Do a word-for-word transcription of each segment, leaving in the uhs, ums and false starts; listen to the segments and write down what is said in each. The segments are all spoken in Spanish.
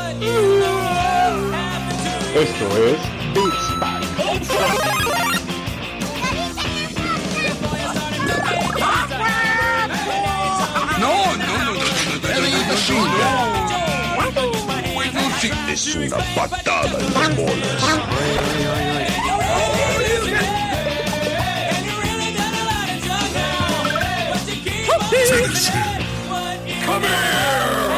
Esto es Beats Pack. No, no, no, no, no, no, no, no, no. Es una patada en las bolas. Come here.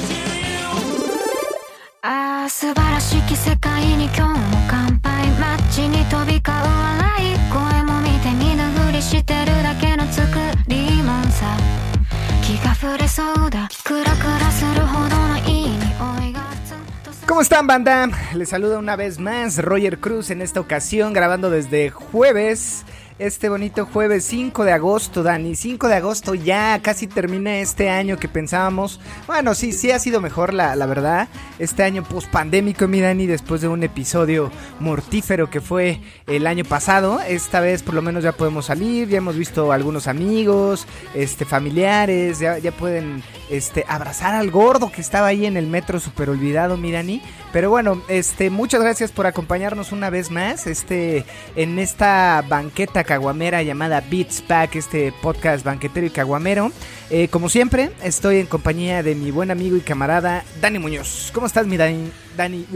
ああ素晴らしき世界に今日も乾杯街に飛び交う笑い声も見て見ぬふりしてるだけの作りもんさ気が触れそうだクラクラするほどのいい匂いがずっと ¿Cómo están, banda? Les saluda una vez más Roger Cruz en esta ocasión grabando desde jueves. Este bonito jueves cinco de agosto, Dani, cinco de agosto, ya casi termina este año que pensábamos. Bueno, sí, sí ha sido mejor la, la verdad, este año post-pandémico, mi Dani, después de un episodio mortífero que fue el año pasado. Esta vez por lo menos ya podemos salir, ya hemos visto algunos amigos, este, familiares, ya, ya pueden este, abrazar al gordo que estaba ahí en el metro súper olvidado, mi Dani. Pero bueno, este, muchas gracias por acompañarnos una vez más, este, en esta banqueta caguamera llamada Beats Pack, este podcast banquetero y caguamero. Eh, como siempre, estoy en compañía de mi buen amigo y camarada Dani Muñoz. ¿Cómo estás, mi Dani? Dani.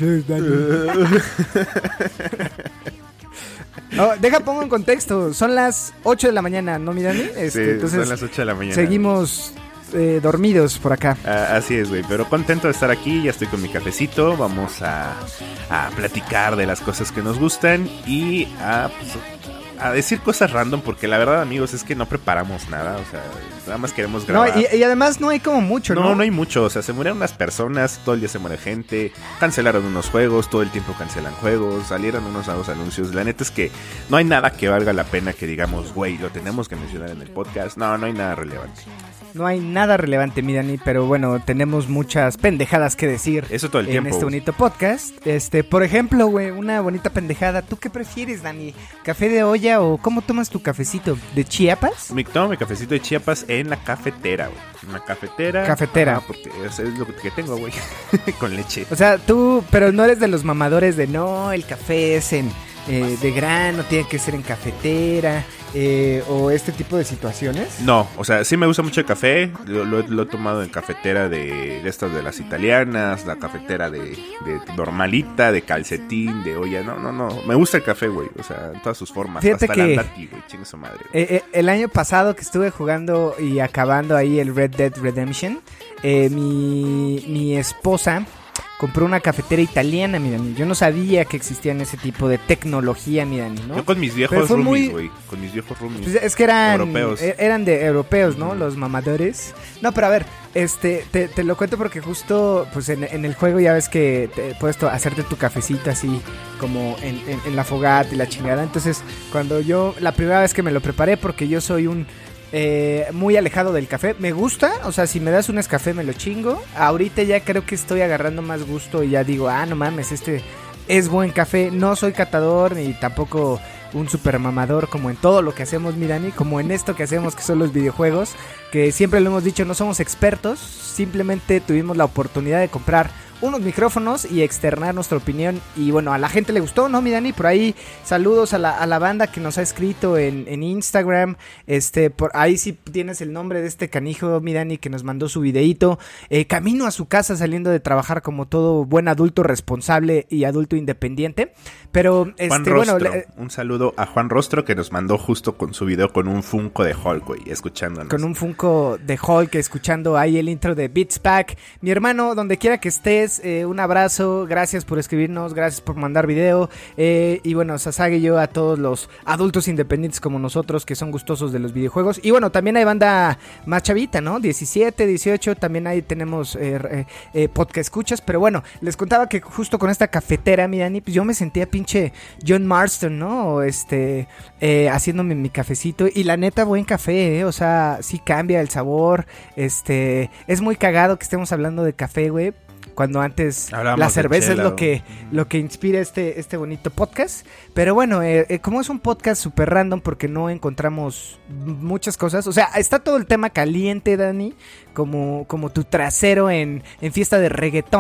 Oh, deja, pongo en contexto. Son las ocho de la mañana, ¿no, mi Dani? Este, sí, entonces, son las ocho de la mañana. Seguimos eh, dormidos por acá. Ah, así es, güey, pero contento de estar aquí. Ya estoy con mi cafecito. Vamos a, a platicar de las cosas que nos gustan y a... Pues, a decir cosas random, porque la verdad, amigos, es que no preparamos nada, o sea, nada más queremos grabar. No, y, y además no hay como mucho, ¿no? No, no hay mucho, o sea, se murieron unas personas, todo el día se muere gente, cancelaron unos juegos, todo el tiempo cancelan juegos, salieron unos nuevos anuncios. La neta es que no hay nada que valga la pena que digamos, güey, lo tenemos que mencionar en el podcast. No, no hay nada relevante. No hay nada relevante, mi Dani, pero bueno, tenemos muchas pendejadas que decir. Eso todo el en tiempo. En este bonito podcast. Este, por ejemplo, güey, una bonita pendejada. ¿Tú qué prefieres, Dani? ¿Café de olla o cómo tomas tu cafecito? ¿De Chiapas? Me tomo mi cafecito de Chiapas en la cafetera, güey. Una cafetera. Cafetera. Ah, porque es, es lo que tengo, güey. Con leche. O sea, tú, pero no eres de los mamadores de no, el café es en eh, de grano, tiene que ser en cafetera. Eh, o este tipo de situaciones. No, o sea, sí me gusta mucho el café. Lo, lo, lo he tomado en cafetera de, de estas de las italianas, la cafetera de, de normalita, de calcetín, de olla. No, no, no. Me gusta el café, güey. O sea, en todas sus formas. Fíjate hasta que la lati, güey. Chingue su madre. Eh, eh, el año pasado que estuve jugando y acabando ahí el Red Dead Redemption, eh, mi, mi esposa compró una cafetera italiana, mi Dani. Yo no sabía que existían ese tipo de tecnología, mi Dani, ¿no? Yo con mis viejos roomies, güey. Muy... Con mis viejos roomies. Pues es que eran europeos. Eran de europeos, ¿no? Mm. Los mamadores. No, pero a ver, este, te, te lo cuento porque justo, pues en, en el juego ya ves que te puedes to- hacerte tu cafecito así como en, en, en la fogata y la chingada. Entonces, cuando yo, la primera vez que me lo preparé, porque yo soy un... Eh, muy alejado del café, me gusta, o sea, si me das un Nescafé me lo chingo. Ahorita ya creo que estoy agarrando más gusto y ya digo, ah, no mames, este es buen café. No soy catador ni tampoco un super mamador como en todo lo que hacemos, mi Dani, como en esto que hacemos que son los videojuegos, que siempre lo hemos dicho, no somos expertos, simplemente tuvimos la oportunidad de comprar unos micrófonos y externar nuestra opinión. Y bueno, a la gente le gustó, ¿no, mi Dani? Por ahí, saludos a la, a la banda que nos ha escrito en, en Instagram. Este, por ahí sí tienes el nombre de este canijo, mi Dani, que nos mandó su videíto. Eh, camino a su casa saliendo de trabajar como todo buen adulto responsable y adulto independiente. Pero, este, Juan Rostro, bueno... Le, un saludo a Juan Rostro que nos mandó justo con su video con un Funko de Hulk, güey, escuchándonos. Con un Funko de Hulk, escuchando ahí el intro de Beats Pack. Mi hermano, donde quiera que estés, Eh, un abrazo, gracias por escribirnos, gracias por mandar video, eh, y bueno, Sasage y yo a todos los adultos independientes como nosotros que son gustosos de los videojuegos. Y bueno, también hay banda más chavita, ¿no? diecisiete, dieciocho, también ahí tenemos eh, eh, eh, podcast escuchas. Pero bueno, les contaba que justo con esta cafetera, mi Dani, pues yo me sentía pinche John Marston, ¿no? Este, eh, haciéndome mi cafecito, y la neta, buen café, ¿eh? O sea, sí cambia el sabor. Este, es muy cagado que estemos hablando de café, güey, cuando antes Hablamos la cerveza chela, es lo que lo que inspira este este bonito podcast. Pero bueno, eh, eh, como es un podcast súper random porque no encontramos muchas cosas, o sea, está todo el tema caliente, Dani, como, como tu trasero en, en fiesta de reggaetón.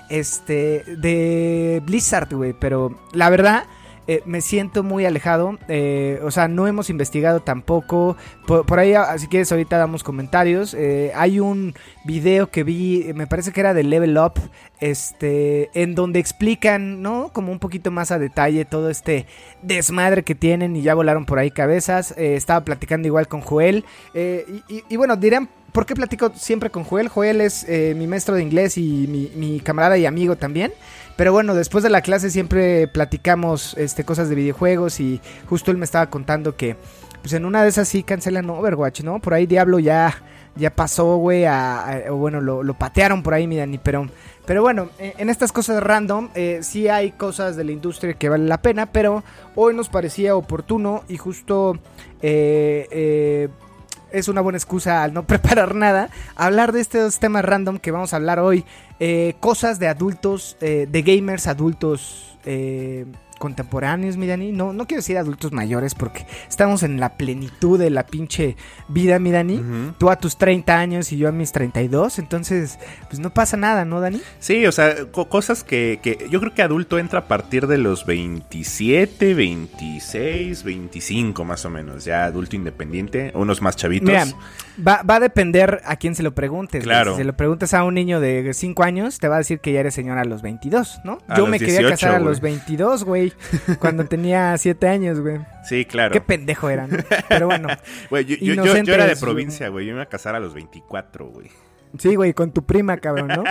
este, de Blizzard, güey, pero la verdad... Eh, me siento muy alejado, eh, o sea, no hemos investigado tampoco, por, por ahí, si quieres ahorita damos comentarios, eh, hay un video que vi, me parece que era de Level Up, este, en donde explican, ¿no? Como un poquito más a detalle todo este desmadre que tienen y ya volaron por ahí cabezas, eh, estaba platicando igual con Joel, eh, y, y, y bueno, dirán... ¿Por qué platico siempre con Joel? Joel es eh, mi maestro de inglés y mi, mi camarada y amigo también. Pero bueno, después de la clase siempre platicamos este, cosas de videojuegos y justo él me estaba contando que pues en una de esas sí cancelan Overwatch, ¿no? Por ahí Diablo ya, ya pasó, güey, a, a, o bueno, lo, lo patearon por ahí, mi Dani, pero... Pero bueno, en estas cosas random, eh, sí hay cosas de la industria que valen la pena, pero hoy nos parecía oportuno y justo... Eh, eh, es una buena excusa al no preparar nada, hablar de estos temas random que vamos a hablar hoy, eh, cosas de adultos, eh, de gamers adultos eh, contemporáneos, mi Dani, no, no quiero decir adultos mayores porque estamos en la plenitud de la pinche vida, mi Dani, uh-huh. Tú a tus treinta años y yo a mis treinta y dos, entonces pues no pasa nada, ¿no, Dani? Sí, o sea, co- cosas que, que yo creo que adulto entra a partir de los veintisiete, veintiséis, veinticinco más o menos, ya adulto independiente, unos más chavitos. Mira, va, va a depender a quién se lo preguntes. Claro. Si se lo preguntas a un niño de cinco años, te va a decir que ya eres señora a los veintidós, ¿no? A yo los me dieciocho, quería casar a güey. los veintidós, güey, cuando tenía siete años, güey. Sí, claro. Qué pendejo era, ¿no? Pero bueno. Güey, yo, yo, yo, yo era de provincia, güey, yo me iba a casar a los veinticuatro, güey. Sí, güey, con tu prima, cabrón, ¿no?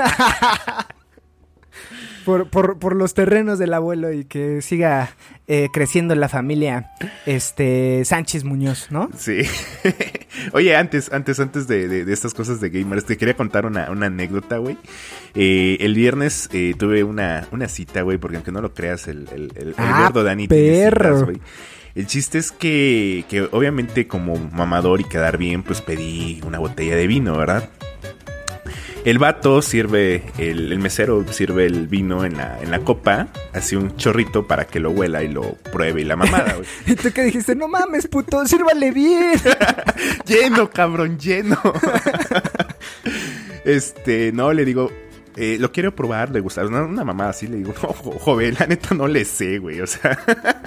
Por, por, por los terrenos del abuelo y que siga eh, creciendo la familia este Sánchez Muñoz, ¿no? Sí. Oye, antes, antes, antes de, de, de estas cosas de gamers, te quería contar una, una anécdota, güey. Eh, el viernes eh, tuve una, una cita, güey, porque aunque no lo creas, el, el, el, el ah, gordo Dani tiene citas, güey. El chiste es que, que obviamente como mamador y quedar bien, pues pedí una botella de vino, ¿verdad? El vato sirve, el, el mesero sirve el vino en la, en la copa, hace un chorrito para que lo huela y lo pruebe y la mamada, güey. ¿Y tú qué dijiste? No mames, puto, sírvale bien. Lleno, cabrón, lleno. Este, no, le digo, eh, lo quiero probar, le gusta. Una, una mamada así, le digo, no, joven, la neta no le sé, güey, o sea...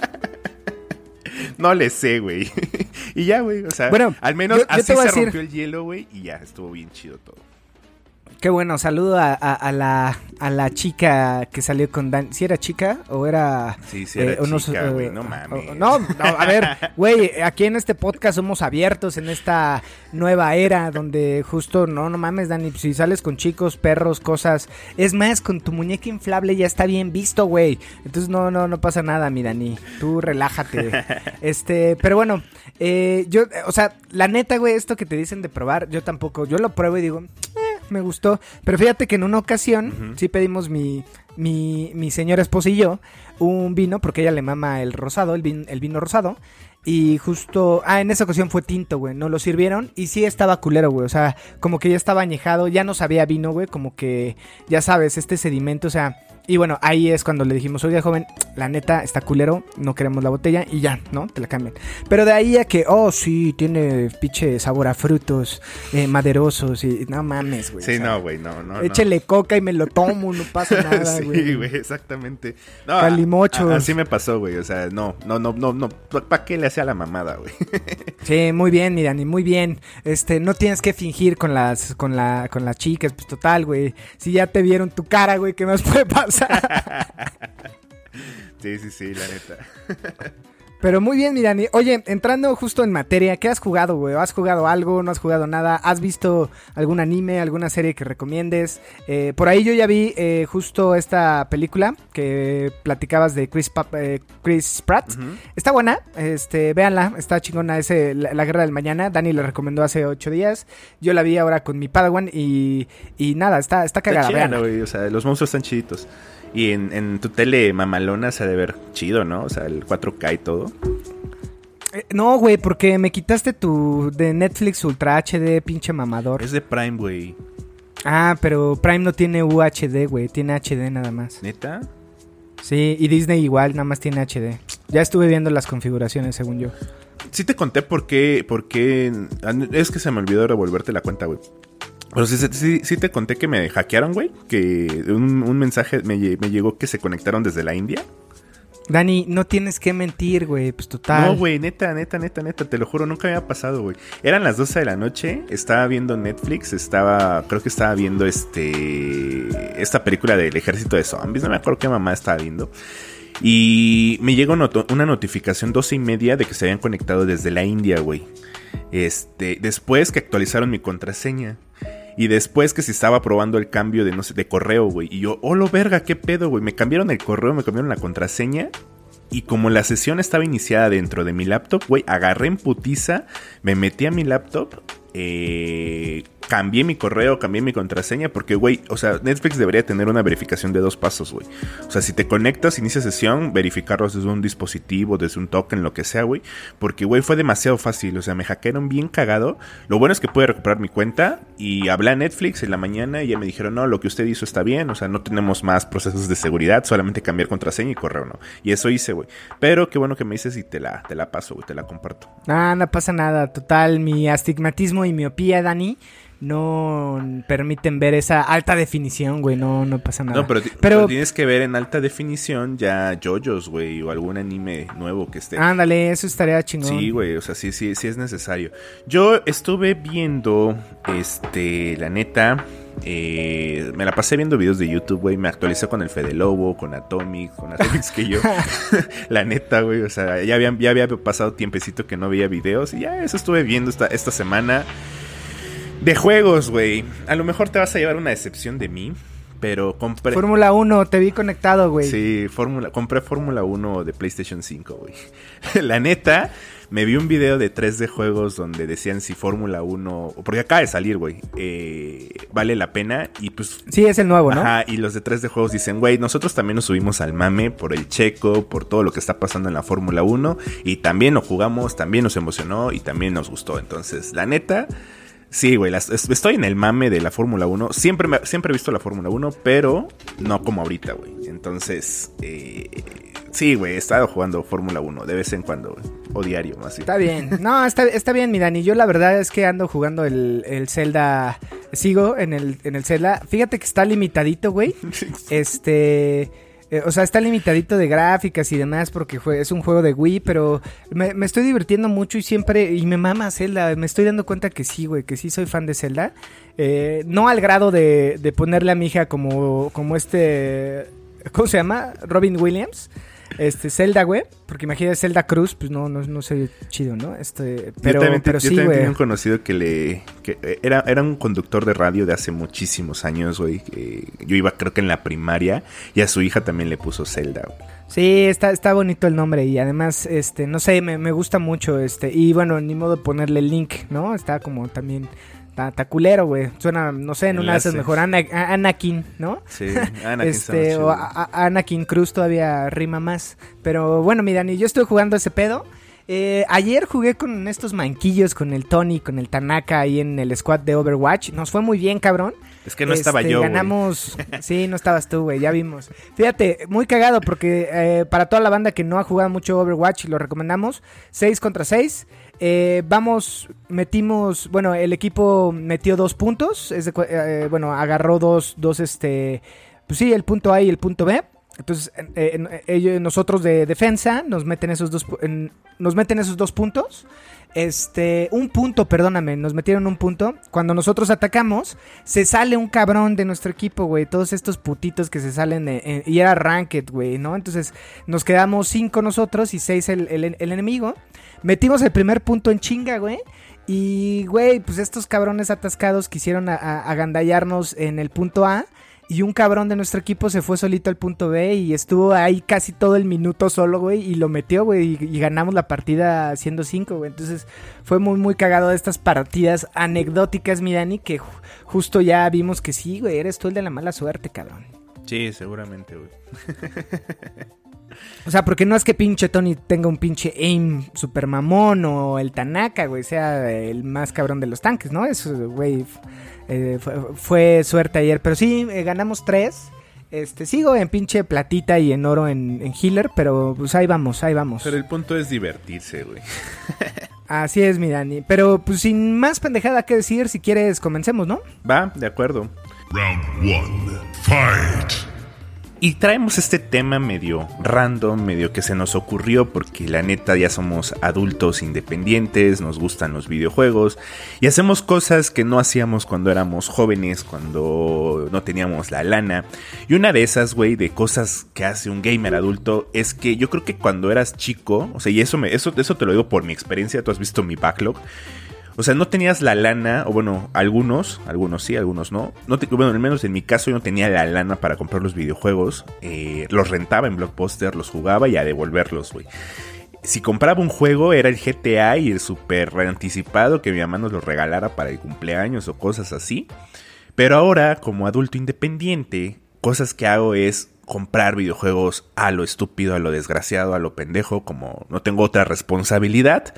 No le sé, güey. Y ya, güey, o sea, bueno, al menos yo, yo así se decir... rompió el hielo, güey, y ya, estuvo bien chido todo. Qué bueno, saludo a, a, a la a la chica que salió con Dan. ¿Sí era chica o era...? Sí, sí era eh, chica, güey, no, uh, no mames. O, no, no, a ver, güey, aquí en este podcast somos abiertos en esta nueva era donde justo, no, no mames, Dani, si sales con chicos, perros, cosas... Es más, con tu muñeca inflable ya está bien visto, güey. Entonces no, no, no pasa nada, mi Dani. Tú relájate. Este, pero bueno, eh, yo, o sea, la neta, güey, esto que te dicen de probar, yo tampoco, yo lo pruebo y digo... Eh, me gustó, pero fíjate que en una ocasión uh-huh. sí pedimos mi, mi, mi señora esposa y yo un vino, porque ella le mama el rosado, el vino, el vino rosado, y justo, ah, en esa ocasión fue tinto, güey, nos lo sirvieron y sí estaba culero, güey, o sea, como que ya estaba añejado, ya no sabía vino, güey, como que, ya sabes, este sedimento, o sea... Y bueno, ahí es cuando le dijimos, oye, joven, la neta está culero, no queremos la botella y ya, ¿no? Te la cambian. Pero de ahí a que, oh, sí, tiene pinche sabor a frutos eh, maderosos y no mames, güey. Sí, o sea, no, güey, no, no. Échele no. coca y me lo tomo, no pasa nada, güey. Sí, güey, exactamente. No, Calimochos. A, a, así me pasó, güey, o sea, no, no, no, no, no, ¿para qué le hacía la mamada, güey? Sí, muy bien, mi Dani, muy bien. Este, no tienes que fingir con las, con la, con las chicas, pues total, güey. Si ya te vieron tu cara, güey, ¿qué más puede pasar? Sí, sí, sí, la neta. Pero muy bien, mi Dani. Oye, entrando justo en materia, ¿qué has jugado, güey? ¿Has jugado algo? ¿No has jugado nada? ¿Has visto algún anime, alguna serie que recomiendes? Eh, por ahí yo ya vi eh, justo esta película que platicabas de Chris, pa- eh, Chris Pratt. Uh-huh. Está buena, este, véanla, está chingona. Ese, la, la Guerra del Mañana. Dani la recomendó hace ocho días. Yo la vi ahora con mi Padawan y, y nada, está, está cagada. Está chida, güey, o sea, los monstruos están chiditos. Y en, en tu tele mamalona se ha de ver chido, ¿no? O sea, el cuatro K y todo. Eh, no, güey, porque me quitaste tu de Netflix Ultra H D, pinche mamador. Es de Prime, güey. Ah, pero Prime no tiene U H D, güey. Tiene H D nada más. ¿Neta? Sí, y Disney igual, nada más tiene H D. Ya estuve viendo las configuraciones, según yo. Sí te conté por qué, por qué... Es que se me olvidó revolverte la cuenta, güey. Pero sí, sí, sí te conté que me hackearon, güey. Que un, un mensaje me, me llegó que se conectaron desde la India. Dani, no tienes que mentir, güey, pues total. No, güey, neta, neta, neta, neta, te lo juro, nunca me había pasado, güey. Eran las doce de la noche, estaba viendo Netflix, estaba, creo que estaba viendo este, esta película del ejército de zombies, no me acuerdo qué mamá estaba viendo. Y me llegó not- una notificación doce y media de que se habían conectado desde la India, güey. Este, después que actualizaron mi contraseña. Y después que se estaba probando el cambio de, no sé, de correo, güey. Y yo, oh, lo verga, qué pedo, güey. Me cambiaron el correo, me cambiaron la contraseña. Y como la sesión estaba iniciada dentro de mi laptop, güey, agarré en putiza, me metí a mi laptop, eh, cambié mi correo, cambié mi contraseña, porque, güey, o sea, Netflix debería tener una verificación de dos pasos, güey. O sea, si te conectas, inicia sesión, verificarlos desde un dispositivo, desde un token, lo que sea, güey. Porque, güey, fue demasiado fácil, o sea, me hackearon bien cagado. Lo bueno es que pude recuperar mi cuenta y hablé a Netflix en la mañana y ya me dijeron, no, lo que usted hizo está bien, o sea, no tenemos más procesos de seguridad, solamente cambiar contraseña y correo, ¿no? Y eso hice, güey. Pero qué bueno que me dices y te la, te la paso, güey, te la comparto. Ah, no pasa nada, total, mi astigmatismo y miopía, Dani, no permiten ver esa alta definición, güey, no, no pasa nada. No, pero, t- pero... pero tienes que ver en alta definición ya JoJo's, güey, o algún anime nuevo que esté. Ándale, eso estaría chingón. Sí, güey, o sea, sí, sí, sí es necesario. Yo estuve viendo, este, la neta, eh, me la pasé viendo videos de YouTube, güey, me actualicé con el Fede Lobo, con Atomic, con Atomic que yo, la neta, güey, o sea, ya había, ya había pasado tiempecito que no veía videos y ya eso estuve viendo esta, esta semana. De juegos, güey. A lo mejor te vas a llevar una decepción de mí, pero compré... Fórmula uno, te vi conectado, güey. Sí, Fórmula... compré Fórmula uno de PlayStation cinco, güey. La neta, me vi un video de tres D juegos donde decían si Fórmula uno... Porque acaba de salir, güey. Eh, vale la pena y pues... Sí, es el nuevo, ¿no? Ajá, y los de tres D juegos dicen, güey, nosotros también nos subimos al mame por el Checo, por todo lo que está pasando en la Fórmula uno. Y también lo jugamos, también nos emocionó y también nos gustó. Entonces, la neta... Sí, güey, las, estoy en el mame de la Fórmula uno. Siempre, me, siempre he visto la Fórmula uno, pero no como ahorita, güey. Entonces, eh, sí, güey, he estado jugando Fórmula uno de vez en cuando, güey, o diario, más bien. Está bien. No, está, está bien, mi Dani. Yo la verdad es que ando jugando el, el Zelda. Sigo en el, en el Zelda. Fíjate que está limitadito, güey. Este... Eh, o sea, está limitadito de gráficas y demás porque fue, es un juego de Wii, pero me, me estoy divirtiendo mucho y siempre, y me mama Zelda, me estoy dando cuenta que sí, güey, que sí soy fan de Zelda. Eh, no al grado de, de ponerle a mi hija como, como este, ¿cómo se llama? Robin Williams. Este, Zelda, güey, porque imagínate Zelda Cruz, pues no, no, no sé chido, ¿no? Este, pero, yo también, pero yo sí, también güey. tenía un conocido que le, que era, era un conductor de radio de hace muchísimos años, güey. Yo iba creo que en la primaria y a su hija también le puso Zelda, güey. Sí, está, está bonito el nombre y además, este, no sé, me, me gusta mucho, este, y bueno, ni modo de ponerle el link, ¿no? Está como también... Está culero, güey. Suena, no sé, en una de esas mejor Ana, Anakin, ¿no? Sí, Anakin. este, o a, a Anakin Cruz todavía rima más. Pero bueno, mi Dani, yo estoy jugando ese pedo. Eh, ayer jugué con estos manquillos, con el Tony, con el Tanaka ahí en el squad de Overwatch. Nos fue muy bien, cabrón. Es que no este, estaba yo, ganamos, güey. Sí, no estabas tú, güey, ya vimos. Fíjate, muy cagado porque eh, para toda la banda que no ha jugado mucho Overwatch, lo recomendamos, seis contra seis. Eh, vamos, metimos, bueno, el equipo metió dos puntos, es de, eh, bueno, agarró dos, dos, este, pues sí, el punto A y el punto B. Entonces, eh, ellos, nosotros de defensa nos meten esos dos, en, nos meten esos dos puntos. Este, un punto, perdóname, nos metieron un punto. Cuando nosotros atacamos, se sale un cabrón de nuestro equipo, güey. Todos estos putitos que se salen, eh, eh, y era ranked, güey, ¿no? Entonces, nos quedamos cinco nosotros y seis el, el, el enemigo. Metimos el primer punto en chinga, güey. Y, güey, pues estos cabrones atascados quisieron a, a, agandallarnos en el punto A. Y un cabrón de nuestro equipo se fue solito al punto B y estuvo ahí casi todo el minuto solo, güey. Y lo metió, güey, y, y ganamos la partida siendo cinco, güey. Entonces fue muy, muy cagado de estas partidas anecdóticas, mi Dani, que ju- justo ya vimos que sí, güey, eres tú el de la mala suerte, cabrón. Sí, seguramente, güey. O sea, porque no es que pinche Tony tenga un pinche aim super mamón o el Tanaka, güey, sea el más cabrón de los tanques, ¿no? Eso, güey, eh, fue, fue suerte ayer. Pero sí, eh, ganamos tres. Este, sigo en pinche platita y en oro en, en healer, pero pues ahí vamos, ahí vamos. Pero el punto es divertirse, güey. Así es, mi Dani. Pero pues sin más pendejada que decir, si quieres comencemos, ¿no? Va, de acuerdo. Round one, fight. Y traemos este tema medio random, medio que se nos ocurrió porque la neta ya somos adultos independientes, nos gustan los videojuegos y hacemos cosas que no hacíamos cuando éramos jóvenes, cuando no teníamos la lana. Y una de esas, güey, de cosas que hace un gamer adulto es que yo creo que cuando eras chico, o sea, y eso, me, eso, eso te lo digo por mi experiencia, tú has visto mi backlog. O sea, no tenías la lana, o bueno, algunos, algunos sí, algunos no. no te, bueno, al menos en mi caso yo no tenía la lana para comprar los videojuegos. Eh, los rentaba en Blockbuster, los jugaba y a devolverlos, güey. Si compraba un juego era el G T A y el super anticipado que mi mamá nos lo regalara para el cumpleaños o cosas así. Pero ahora, como adulto independiente, cosas que hago es comprar videojuegos a lo estúpido, a lo desgraciado, a lo pendejo, como no tengo otra responsabilidad.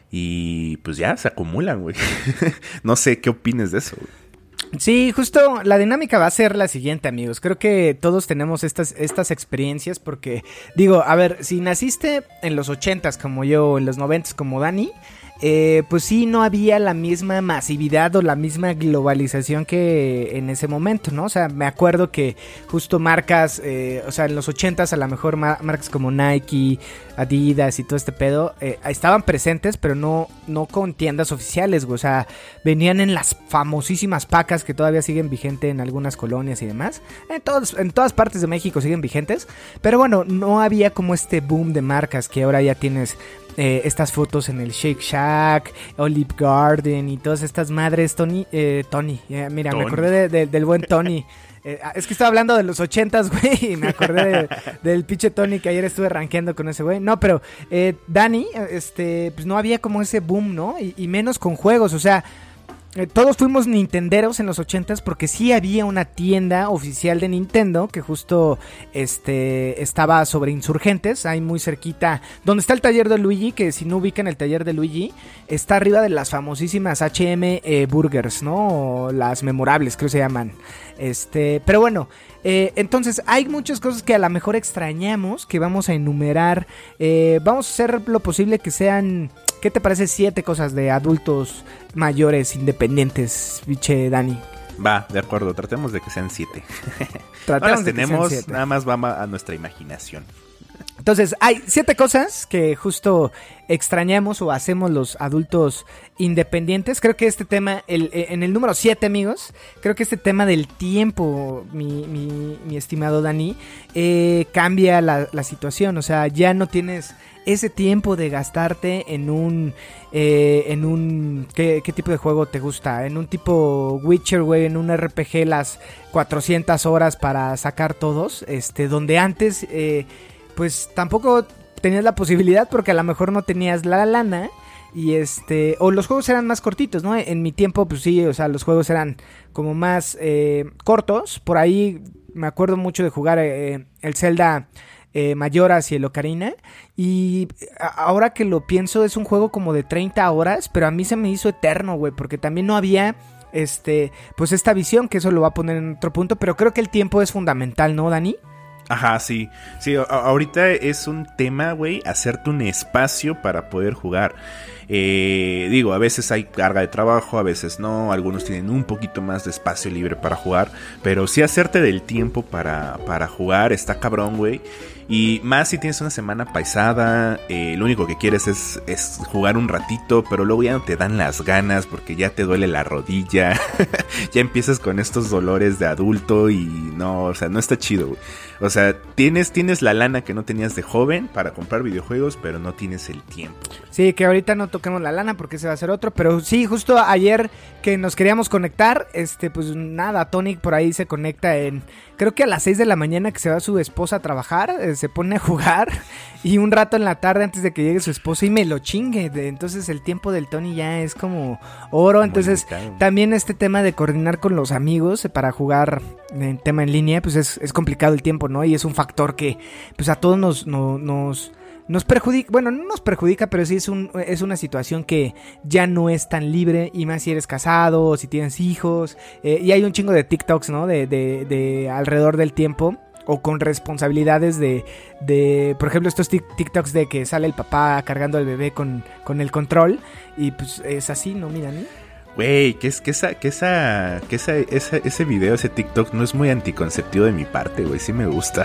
Y pues ya se acumulan, güey. No sé qué opines de eso, güey. Sí, justo la dinámica va a ser la siguiente, amigos. Creo que todos tenemos estas, estas experiencias porque, digo, a ver, si naciste en los ochentas como yo, en los noventas como Dani, eh, pues sí, no había la misma masividad o la misma globalización que en ese momento, ¿no? O sea, me acuerdo que justo marcas, eh, o sea, en los ochentas a lo mejor ma- marcas como Nike, Adidas y todo este pedo, eh, estaban presentes, pero no, no con tiendas oficiales, güey. O sea, venían en las famosísimas pacas que todavía siguen vigentes en algunas colonias y demás. En, todos, en todas partes de México siguen vigentes, pero bueno, no había como este boom de marcas que ahora ya tienes. Eh, estas fotos en el Shake Shack, Olive Garden y todas estas madres. Tony, eh, Tony, eh, mira, Tony. Me acordé de, de, del buen Tony. Eh, es que estaba hablando de los ochentas, güey, y me acordé de, del pinche Tony que ayer estuve rankeando con ese güey. No, pero eh, Dani, este, pues no había como ese boom, ¿no? Y, y menos con juegos, o sea, eh, todos fuimos nintenderos en los ochentas porque sí había una tienda oficial de Nintendo que justo este estaba sobre Insurgentes, ahí muy cerquita, donde está el taller de Luigi, que si no ubican el taller de Luigi, está arriba de las famosísimas H M eh, Burgers, ¿no? O las memorables, creo que se llaman. Este, pero bueno, eh, entonces hay muchas cosas que a lo mejor extrañamos, que vamos a enumerar. Eh, vamos a hacer lo posible que sean, ¿qué te parece? Siete cosas de adultos mayores, independientes, biche Dani. Va, de acuerdo, tratemos de que sean siete. Tratemos no las de tenemos, que sean siete. Nada más va a nuestra imaginación. Entonces, hay siete cosas que justo extrañamos o hacemos los adultos independientes. Creo que este tema, el, en el número siete, amigos, creo que este tema del tiempo, mi, mi, mi estimado Dani, eh, cambia la, la situación. O sea, ya no tienes ese tiempo de gastarte en un... Eh, en un... ¿qué, ¿Qué tipo de juego te gusta? En un tipo Witcher, güey, en un R P G las cuatrocientas horas para sacar todos. Este, donde antes... Eh, pues tampoco tenías la posibilidad porque a lo mejor no tenías la lana y este, o los juegos eran más cortitos, ¿no? En mi tiempo, pues sí, o sea, los juegos eran como más eh, cortos. Por ahí me acuerdo mucho de jugar eh, el Zelda eh, Majora's y el Ocarina. Y ahora que lo pienso, es un juego como de treinta horas, pero a mí se me hizo eterno, güey, porque también no había... Este, pues esta visión, que eso lo va a poner en otro punto, pero creo que el tiempo es fundamental, ¿no, Dani? Ajá, sí. Sí, a- ahorita es un tema, güey, hacerte un espacio para poder jugar. Eh, digo, a veces hay carga de trabajo, a veces no. Algunos tienen un poquito más de espacio libre para jugar. Pero sí hacerte del tiempo para, para jugar está cabrón, güey. Y más si tienes una semana paisada, eh, lo único que quieres es, es jugar un ratito, pero luego ya no te dan las ganas porque ya te duele la rodilla. Ya empiezas con estos dolores de adulto y no, o sea, no está chido, güey. O sea, tienes, tienes la lana que no tenías de joven para comprar videojuegos, pero no tienes el tiempo, güey. Sí, que ahorita no toquemos la lana porque ese va a ser otro, pero sí, justo ayer que nos queríamos conectar, este, pues nada, Tonic por ahí se conecta en, creo que a las seis de la mañana que se va su esposa a trabajar, eh, se pone a jugar y un rato en la tarde antes de que llegue su esposa y me lo chingue, entonces el tiempo del Tony ya es como oro, entonces también este tema de coordinar con los amigos para jugar en tema en línea, pues es, es complicado el tiempo, ¿no? Y es un factor que pues a todos nos... No, nos Nos perjudica, bueno, no nos perjudica, pero sí es un es una situación que ya no es tan libre, y más si eres casado o si tienes hijos, eh, y hay un chingo de TikToks, ¿no? De, de, de alrededor del tiempo, o con responsabilidades de, de por ejemplo, estos tic- TikToks de que sale el papá cargando al bebé con, con el control, y pues es así, ¿no? Mira, ¿no? Güey, que es que esa, que esa, que esa, esa, ese video, ese TikTok no es muy anticonceptivo de mi parte, güey, sí me gusta.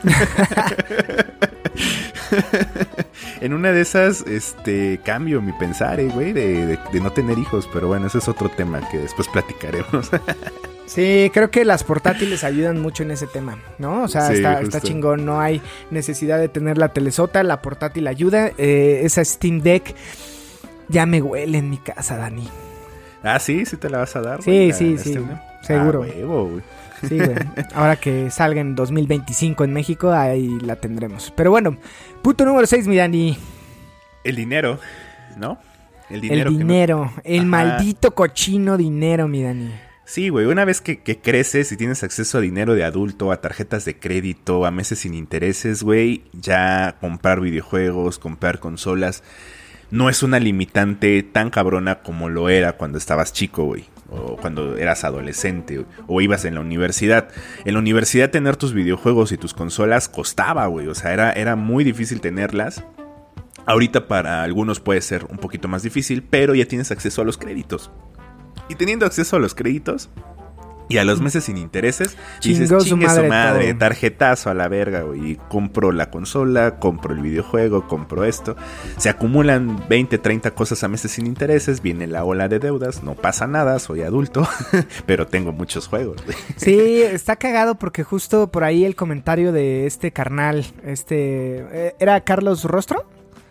En una de esas, este, cambio mi pensar, eh, güey, de, de, de no tener hijos, pero bueno, ese es otro tema que después platicaremos. Sí, creo que las portátiles ayudan mucho en ese tema, ¿no? O sea, Sí, está, justo. está chingón, no hay necesidad de tener la telesota, la portátil ayuda. Eh, esa Steam Deck ya me huele en mi casa, Dani. Ah, sí, sí te la vas a dar. Sí, güey, sí, a sí, este, ¿no? seguro. Ah, huevo, güey. Sí, güey. Ahora que salga en dos mil veinticinco en México, ahí la tendremos. Pero bueno, punto número seis, mi Dani. El dinero, ¿no? El dinero. El que dinero, no- el Ajá. maldito cochino dinero, mi Dani. Sí, güey, una vez que, que creces y tienes acceso a dinero de adulto, a tarjetas de crédito, a meses sin intereses, güey, ya comprar videojuegos, comprar consolas, no es una limitante tan cabrona como lo era cuando estabas chico, güey. O cuando eras adolescente, o ibas en la universidad. En la universidad tener tus videojuegos y tus consolas costaba, güey. O sea, era, era muy difícil tenerlas. Ahorita para algunos puede ser un poquito más difícil, pero ya tienes acceso a los créditos. Y teniendo acceso a los créditos y a los meses sin intereses, dices, Chingó su chingue su madre madre, todo". tarjetazo a la verga, güey. Y compro la consola, compro el videojuego, compro esto. Se acumulan veinte, treinta cosas a meses sin intereses, viene la ola de deudas, no pasa nada, soy adulto, pero tengo muchos juegos, güey. Sí, está cagado porque justo por ahí el comentario de este carnal, este, eh, ¿era Carlos Rostro?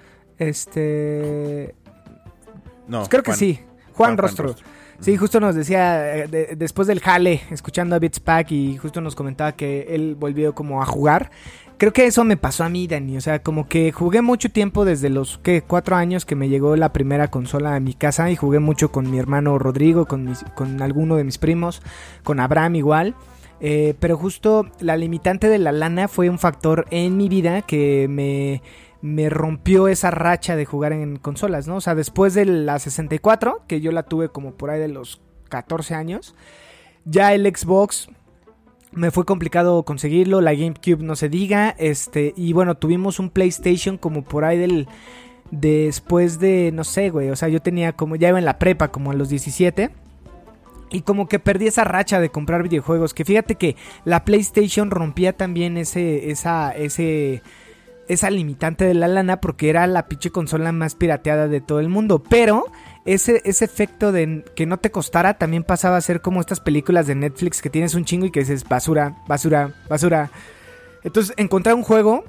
Este, No, pues creo que Juan. sí, Juan, Juan Rostro. Rostro. Sí, justo nos decía, eh, de- después del jale, escuchando a Beats Pack, y justo nos comentaba que él volvió como a jugar. Creo que eso me pasó a mí, Dani, o sea, como que jugué mucho tiempo desde los, ¿qué? Cuatro años que me llegó la primera consola a mi casa, y jugué mucho con mi hermano Rodrigo, con, mis, con alguno de mis primos, con Abraham igual. Eh, pero justo la limitante de la lana fue un factor en mi vida que me... me rompió esa racha de jugar en consolas, ¿no? O sea, después de la sesenta y cuatro, que yo la tuve como por ahí de los catorce años, ya el Xbox me fue complicado conseguirlo, la GameCube no se diga, este, y bueno, tuvimos un PlayStation como por ahí del, después de, no sé, güey, o sea, yo tenía como, ya iba en la prepa como a los diecisiete, y como que perdí esa racha de comprar videojuegos, que fíjate que la PlayStation rompía también ese, esa, ese... esa limitante de la lana porque era la pinche consola más pirateada de todo el mundo. Pero ese, ese efecto de que no te costara también pasaba a ser como estas películas de Netflix que tienes un chingo y que dices basura, basura, basura. Entonces encontrar un juego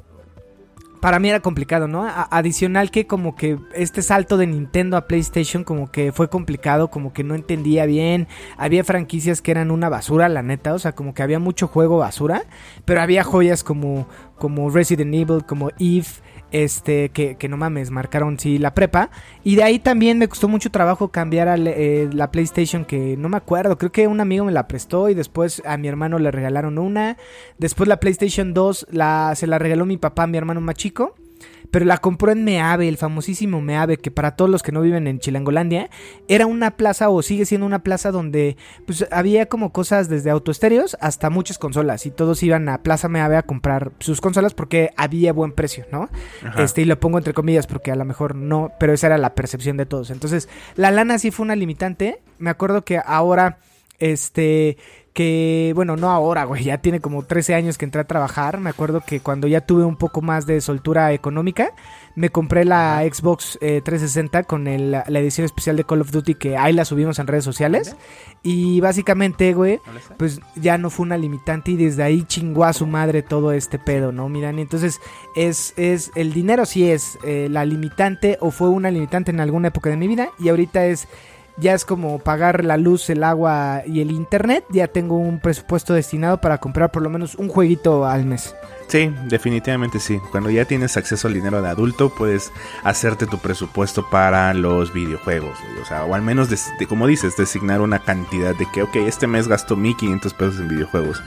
para mí era complicado, ¿no? A- adicional que como que este salto de Nintendo a PlayStation como que fue complicado, como que no entendía bien. Había franquicias que eran una basura, la neta, o sea, como que había mucho juego basura, pero había joyas como, como Resident Evil, como Eve, este, que, que no mames, marcaron sí la prepa. Y de ahí también me costó mucho trabajo cambiar a eh, la PlayStation, que no me acuerdo, creo que un amigo me la prestó y después a mi hermano le regalaron una. Después la PlayStation dos la, se la regaló mi papá a mi hermano más chico. Pero la compró en Meave, el famosísimo Meave, que para todos los que no viven en Chilangolandia, era una plaza o sigue siendo una plaza donde pues había como cosas desde autoestéreos hasta muchas consolas. Y todos iban a Plaza Meave a comprar sus consolas porque había buen precio, ¿no? Ajá. Este, y lo pongo entre comillas porque a lo mejor no, pero esa era la percepción de todos. Entonces, la lana sí fue una limitante. Me acuerdo que ahora, este... que, bueno, no ahora, güey, ya tiene como trece años que entré a trabajar. Me acuerdo que cuando ya tuve un poco más de soltura económica, me compré la Xbox eh, trescientos sesenta con el, la edición especial de Call of Duty, que ahí la subimos en redes sociales. Y básicamente, güey, pues ya no fue una limitante y desde ahí chingó a su madre todo este pedo, ¿no? Miran, entonces es, es el dinero sí es eh, la limitante, o fue una limitante en alguna época de mi vida, y ahorita es... ya es como pagar la luz, el agua y el internet. Ya tengo un presupuesto destinado para comprar por lo menos un jueguito al mes. Sí, definitivamente sí. Cuando ya tienes acceso al dinero de adulto, puedes hacerte tu presupuesto para los videojuegos, güey. O sea, o al menos, des- de, como dices, designar una cantidad de que, ok, este mes gasto mil quinientos pesos en videojuegos.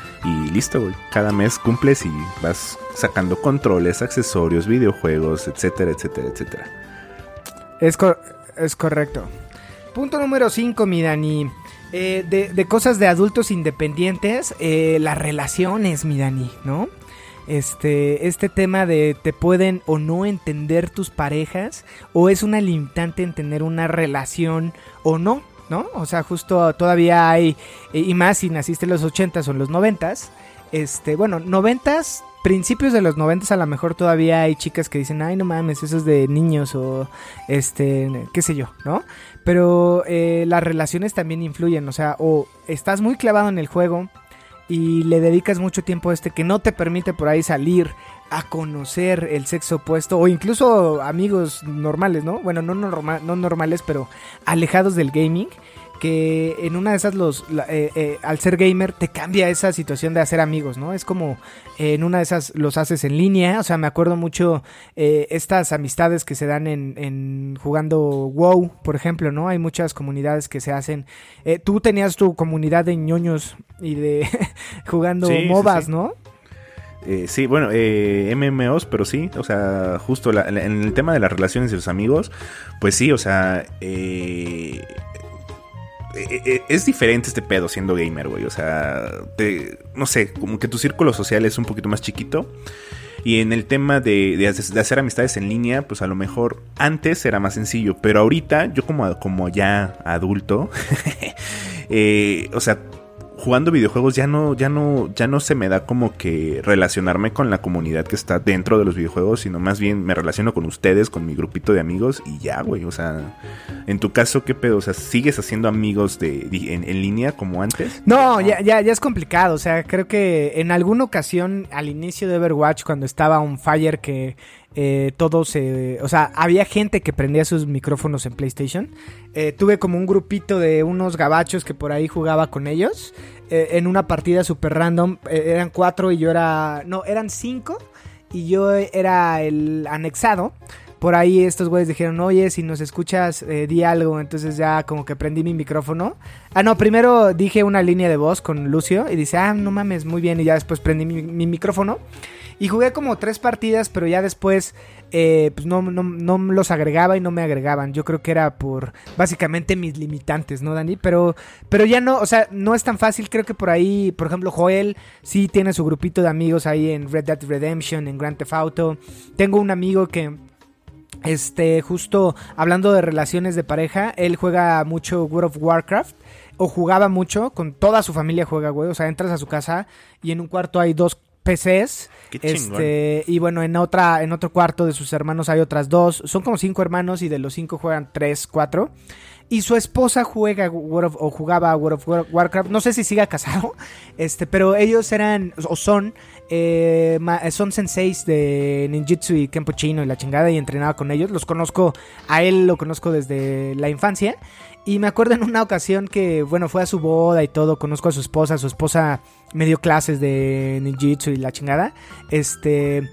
Y listo, güey. Cada mes cumples y vas sacando controles, accesorios, videojuegos, etcétera, etcétera, etcétera. Es, cor- es correcto. Punto número cinco, mi Dani. Eh, de, de cosas de adultos independientes, eh, las relaciones, mi Dani, ¿no? Este, este tema de te pueden o no entender tus parejas, o es una limitante en tener una relación o no, ¿no? O sea, justo todavía hay, eh, y más si naciste en los ochentas o en los noventas, este, bueno, noventas, principios de los noventas a lo mejor todavía hay chicas que dicen, ay no mames, eso es de niños o este, qué sé yo, ¿no? Pero eh, las relaciones también influyen, o sea, o estás muy clavado en el juego y le dedicas mucho tiempo a este que no te permite por ahí salir a conocer el sexo opuesto o incluso amigos normales, ¿no? Bueno, no, norma- no normales, pero alejados del gaming, que en una de esas los la, eh, eh, al ser gamer te cambia esa situación de hacer amigos, ¿no? Es como eh, en una de esas los haces en línea, o sea, me acuerdo mucho eh, estas amistades que se dan en, en jugando WoW, por ejemplo, ¿no? Hay muchas comunidades que se hacen. Eh, tú tenías tu comunidad de ñoños y de jugando sí, MOBAs, sí, sí. ¿no? Eh, sí, bueno, eh, M M Os, pero sí, o sea, justo la, la, en el tema de las relaciones y los amigos, pues sí, o sea, eh, eh, es diferente este pedo siendo gamer, güey, o sea, te, no sé, como que tu círculo social es un poquito más chiquito. Y en el tema de, de, de hacer amistades en línea, pues a lo mejor antes era más sencillo, pero ahorita yo como, como ya adulto, eh, o sea, jugando videojuegos ya no, ya no, ya no se me da como que relacionarme con la comunidad que está dentro de los videojuegos, sino más bien me relaciono con ustedes, con mi grupito de amigos y ya, güey, o sea, en tu caso, ¿qué pedo? O sea, ¿sigues haciendo amigos de, de en, en línea como antes? No, ya, ya, ya es complicado, o sea, creo que en alguna ocasión al inicio de Overwatch, cuando estaba on fire, que eh, todos, se, o sea, había gente que prendía sus micrófonos en PlayStation, eh, tuve como un grupito de unos gabachos que por ahí jugaba con ellos, eh, en una partida super random, eh, eran cuatro y yo era, no, eran cinco y yo era el anexado. Por ahí estos güeyes dijeron, oye, si nos escuchas, eh, di algo. Entonces ya como que prendí mi micrófono. Ah, no, primero dije una línea de voz con Lucio y dice, ah, no mames, muy bien. Y ya después prendí mi, mi micrófono. Y jugué como tres partidas, pero ya después eh, pues no, no, no los agregaba y no me agregaban. Yo creo que era por básicamente mis limitantes, ¿no, Dani? Pero, pero ya no, o sea, no es tan fácil. Creo que por ahí, por ejemplo, Joel sí tiene su grupito de amigos ahí en Red Dead Redemption, en Grand Theft Auto. Tengo un amigo que... Este, justo hablando de relaciones de pareja, él juega mucho World of Warcraft, o jugaba mucho, con toda su familia juega, güey, o sea, entras a su casa y en un cuarto hay dos P Cs, Qué este, y bueno, en otra, en otro cuarto de sus hermanos hay otras dos, son como cinco hermanos y de los cinco juegan tres, cuatro. Y su esposa juega World of, o jugaba World of Warcraft, no sé si siga casado, este, pero ellos eran, o son, eh, son senseis de ninjutsu y kenpo chino y la chingada, y entrenaba con ellos. Los conozco, a él lo conozco desde la infancia. Y me acuerdo en una ocasión que, bueno, fue a su boda y todo, conozco a su esposa, su esposa me dio clases de ninjutsu y la chingada, este,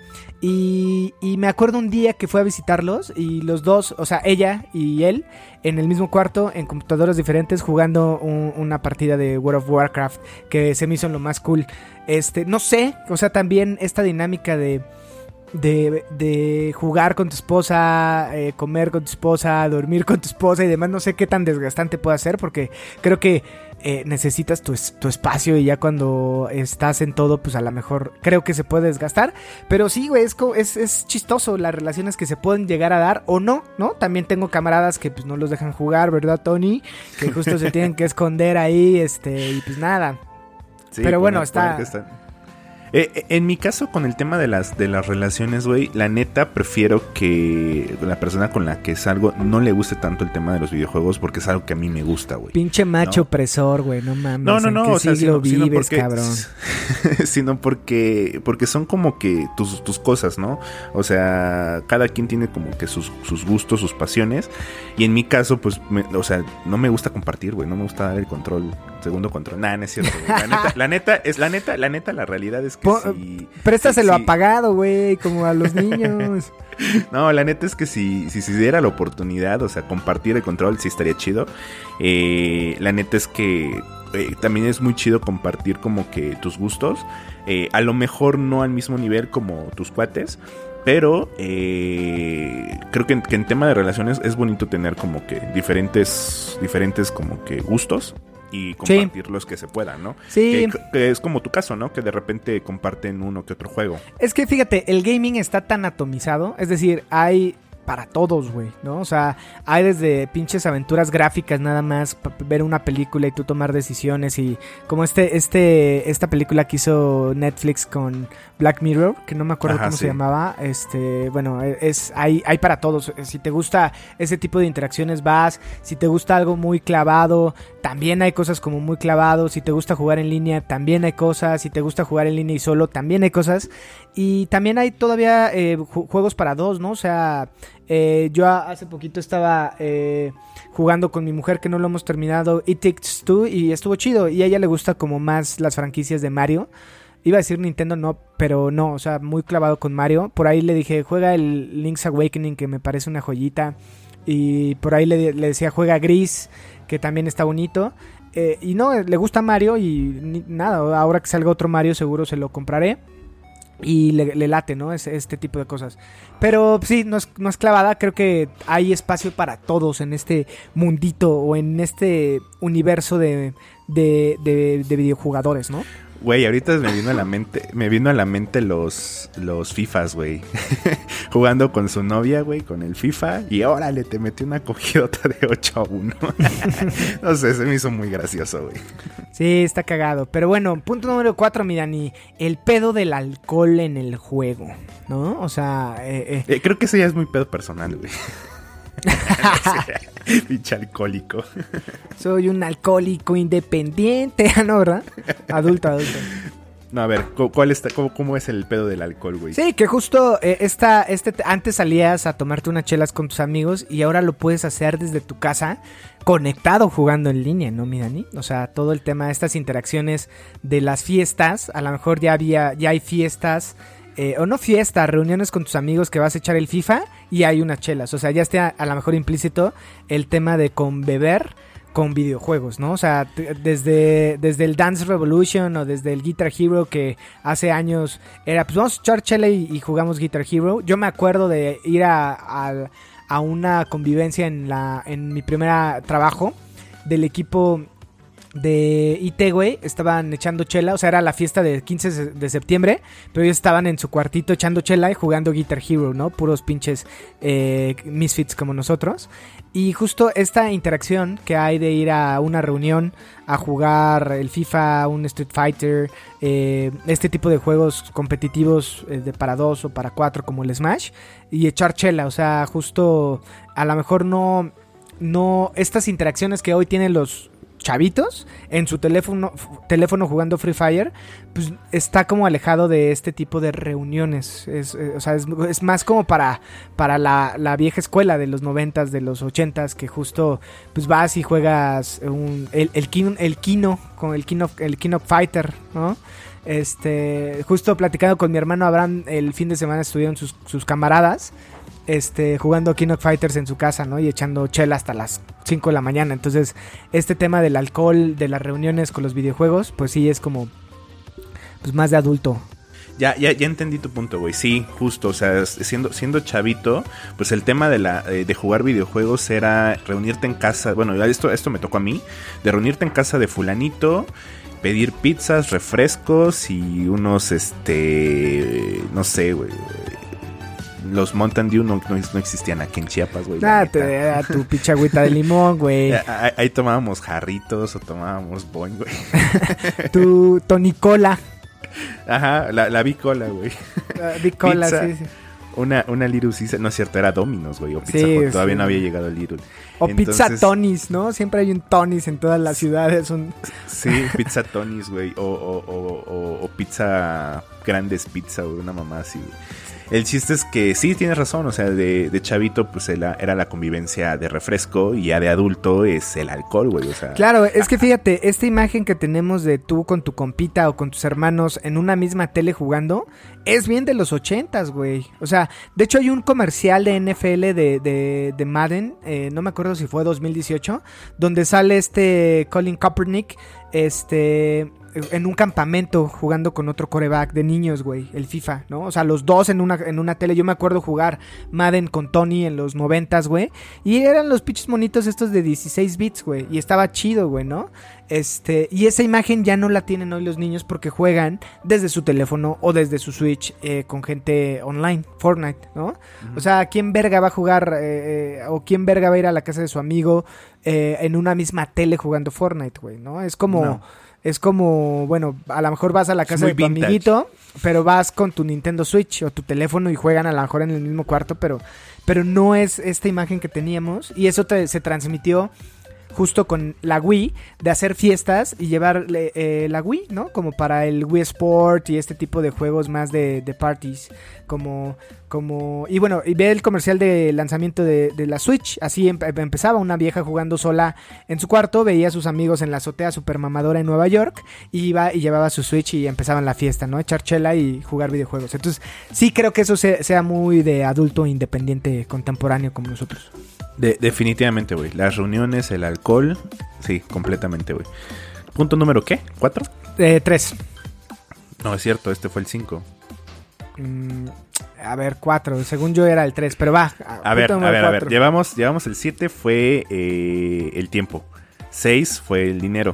y, y me acuerdo un día que fue a visitarlos y los dos, o sea, ella y él, en el mismo cuarto, en computadoras diferentes, jugando un, una partida de World of Warcraft, que se me hizo lo más cool, este, no sé, o sea, también esta dinámica de... De, de jugar con tu esposa, eh, comer con tu esposa, dormir con tu esposa y demás, no sé qué tan desgastante puede ser, porque creo que eh, necesitas tu, tu espacio y ya cuando estás en todo, pues a lo mejor creo que se puede desgastar, pero sí, güey, es, es, es chistoso las relaciones que se pueden llegar a dar o no, ¿no? También tengo camaradas que pues no los dejan jugar, ¿verdad, Tony? Que justo se tienen que esconder ahí, este, y pues nada. Sí, pero bueno, poner, está... poner está... Eh, en mi caso, con el tema de las de las relaciones, güey, la neta prefiero que la persona con la que salgo no le guste tanto el tema de los videojuegos, porque es algo que a mí me gusta, güey. Pinche macho ¿no? opresor, güey, no mames. No, no, ¿en no, qué o sea, siglo sino, vives, sino porque, cabrón? sino porque porque son como que tus, tus cosas, ¿no? O sea, cada quien tiene como que sus, sus gustos, sus pasiones, y en mi caso, pues, me, o sea, no me gusta compartir, güey, no me gusta dar el control, segundo control. Nah, no es cierto, güey. La neta, la neta, es la neta, la neta, la realidad es que Po- si... Préstaselo sí, sí. apagado, güey, como a los niños. No, la neta es que si, si se diera la oportunidad, o sea, compartir el control sí estaría chido. Eh, la neta es que eh, también es muy chido compartir como que tus gustos. Eh, a lo mejor no al mismo nivel como tus cuates, pero eh, creo que en, que en tema de relaciones es bonito tener como que diferentes, diferentes como que gustos. y compartir sí. los que se puedan, ¿no? Sí. Que, que es como tu caso, ¿no? Que de repente comparten uno que otro juego. Es que fíjate, el gaming está tan atomizado, es decir, hay para todos, güey, ¿no? O sea, hay desde pinches aventuras gráficas nada más, p- ver una película y tú tomar decisiones y como este, este, esta película que hizo Netflix con Black Mirror, que no me acuerdo Ajá, cómo sí. se llamaba, este, bueno, es, hay, hay para todos. Si te gusta ese tipo de interacciones vas, si te gusta algo muy clavado, también hay cosas como muy clavado, si te gusta jugar en línea, también hay cosas, si te gusta jugar en línea y solo, también hay cosas, y también hay todavía eh, ju- juegos para dos, ¿no? O sea, eh, yo hace poquito estaba eh, jugando con mi mujer que no lo hemos terminado, It Takes Two, y estuvo chido, y a ella le gusta como más las franquicias de Mario. Iba a decir Nintendo, no, pero no, o sea, muy clavado con Mario. Por ahí le dije, juega el Link's Awakening, que me parece una joyita. Y por ahí le, le decía, juega Gris, que también está bonito. Eh, y no, le gusta Mario y ni, nada, ahora que salga otro Mario seguro se lo compraré. Y le, le late, ¿no? Es, este tipo de cosas. Pero sí, no es, no es clavada. Creo que hay espacio para todos en este mundito o en este universo de, de, de, de videojugadores, ¿no? Güey, ahorita me vino a la mente, me vino a la mente los, los FIFAs, güey. Jugando con su novia, güey, con el FIFA. Y órale, te metí una cogidota de ocho a uno. No sé, se me hizo muy gracioso, güey. Sí, está cagado. Pero bueno, punto número cuatro, mi Dani. El pedo del alcohol en el juego, ¿no? O sea... Eh, eh. Eh, creo que ese ya es muy pedo personal, güey. Pinche alcohólico. Soy un alcohólico independiente. ¿No, verdad? Adulto, adulto. No, a ver, ¿cuál está, cómo, cómo es el pedo del alcohol, güey? Sí, que justo eh, esta, este, antes salías a tomarte unas chelas con tus amigos y ahora lo puedes hacer desde tu casa, conectado jugando en línea, ¿no, mi Dani? O sea, todo el tema de estas interacciones de las fiestas, a lo mejor ya había, ya hay fiestas, eh, o no fiestas, reuniones con tus amigos que vas a echar el FIFA y hay unas chelas. O sea, ya está a lo mejor implícito el tema de conbeber con videojuegos, ¿no? O sea, t- desde, desde el Dance Revolution o desde el Guitar Hero, que hace años era, pues vamos a echar chela y, y jugamos Guitar Hero. Yo me acuerdo de ir a, a, a una convivencia en la en mi primer trabajo del equipo de I T, güey, estaban echando chela, o sea, era la fiesta del quince de septiembre, pero ellos estaban en su cuartito echando chela y jugando Guitar Hero, ¿no? Puros pinches eh, misfits como nosotros. Y justo esta interacción que hay de ir a una reunión a jugar el FIFA, un Street Fighter, eh, este tipo de juegos competitivos eh, de para dos o para cuatro como el Smash, y echar chela, o sea, justo a lo mejor no, no estas interacciones que hoy tienen los chavitos en su teléfono teléfono jugando Free Fire, pues está como alejado de este tipo de reuniones. Es, eh, o sea, es, es más como para, para la, la vieja escuela de los noventas, de los ochentas, que justo pues vas y juegas un, el, el, Kino, el Kino, con el Kino, el Kino Fighter, ¿no? Este, justo platicando con mi hermano Abraham el fin de semana, estuvieron sus, sus camaradas Este, jugando King of Fighters en su casa, ¿no? Y echando chela hasta las cinco de la mañana. Entonces, este tema del alcohol, de las reuniones con los videojuegos, pues sí es como, pues más de adulto. Ya, ya, ya entendí tu punto, güey. Sí, justo, o sea, siendo, siendo chavito, pues el tema de la eh, de jugar videojuegos era reunirte en casa. Bueno, esto, esto me tocó a mí, de reunirte en casa de fulanito, pedir pizzas, refrescos y unos, este, no sé, güey. Los Mountain Dew no, no, no existían aquí en Chiapas, güey. Ah, te da tu pinche agüita de limón, güey. Ahí, ahí tomábamos jarritos o tomábamos boing, güey. Tu tonicola. Ajá, la, la bicola, güey. La bicola, Pizza, sí, sí. Una, una Little Caesar, no es cierto, era Domino's, güey, o Pizza Sí, Hut, todavía sí. no había llegado el Little. O Entonces, pizza Tony's, ¿no? Siempre hay un Tony's en todas las ciudades. Un... Sí, Pizza Tony's, güey, o, o, o, o, o Pizza Grandes Pizza, güey, una mamá así, güey. El chiste es que sí, tienes razón, o sea, de, de chavito pues era, era la convivencia de refresco y ya de adulto es el alcohol, güey, o sea. Claro, es que fíjate, esta imagen que tenemos de tú con tu compita o con tus hermanos en una misma tele jugando es bien de los ochentas, güey. O sea, de hecho hay un comercial de N F L de, de, de Madden, eh, no me acuerdo si fue dos mil dieciocho, donde sale este Colin Kaepernick, este... en un campamento jugando con otro quarterback de niños, güey, el FIFA, ¿no? O sea, los dos en una, en una tele. Yo me acuerdo jugar Madden con Tony en los noventas, güey. Y eran los pinches monitos estos de dieciséis bits, güey. Y estaba chido, güey, ¿no? Este, y esa imagen ya no la tienen hoy los niños porque juegan desde su teléfono o desde su Switch eh, con gente online, Fortnite, ¿no? Uh-huh. O sea, ¿quién verga va a jugar eh, eh, o quién verga va a ir a la casa de su amigo eh, en una misma tele jugando Fortnite, güey, ¿no? Es como... No. Es como, bueno, a lo mejor vas a la casa de tu vintage. amiguito, pero vas con tu Nintendo Switch o tu teléfono y juegan a lo mejor en el mismo cuarto, pero, pero no es esta imagen que teníamos. Y eso te, se transmitió justo con la Wii, de hacer fiestas y llevar eh, la Wii, ¿no? Como para el Wii Sport y este tipo de juegos más de, de parties, como, como, y bueno, y ve el comercial de lanzamiento de, de la Switch, así em- empezaba una vieja jugando sola en su cuarto, veía a sus amigos en la azotea super mamadora en Nueva York, y iba y llevaba su Switch y empezaban la fiesta, ¿no? Echar chela y jugar videojuegos. Entonces, sí creo que eso sea, sea muy de adulto independiente contemporáneo como nosotros. De, definitivamente, güey. Las reuniones, el alcohol. Sí, completamente, güey. ¿Punto número qué? ¿Cuatro? Eh, tres. No, es cierto, este fue el cinco. Mm, a ver, cuatro. Según yo era el tres, pero va. A ver, a ver, cuatro. a ver. Llevamos, llevamos el siete, fue eh, el tiempo. seis fue el dinero.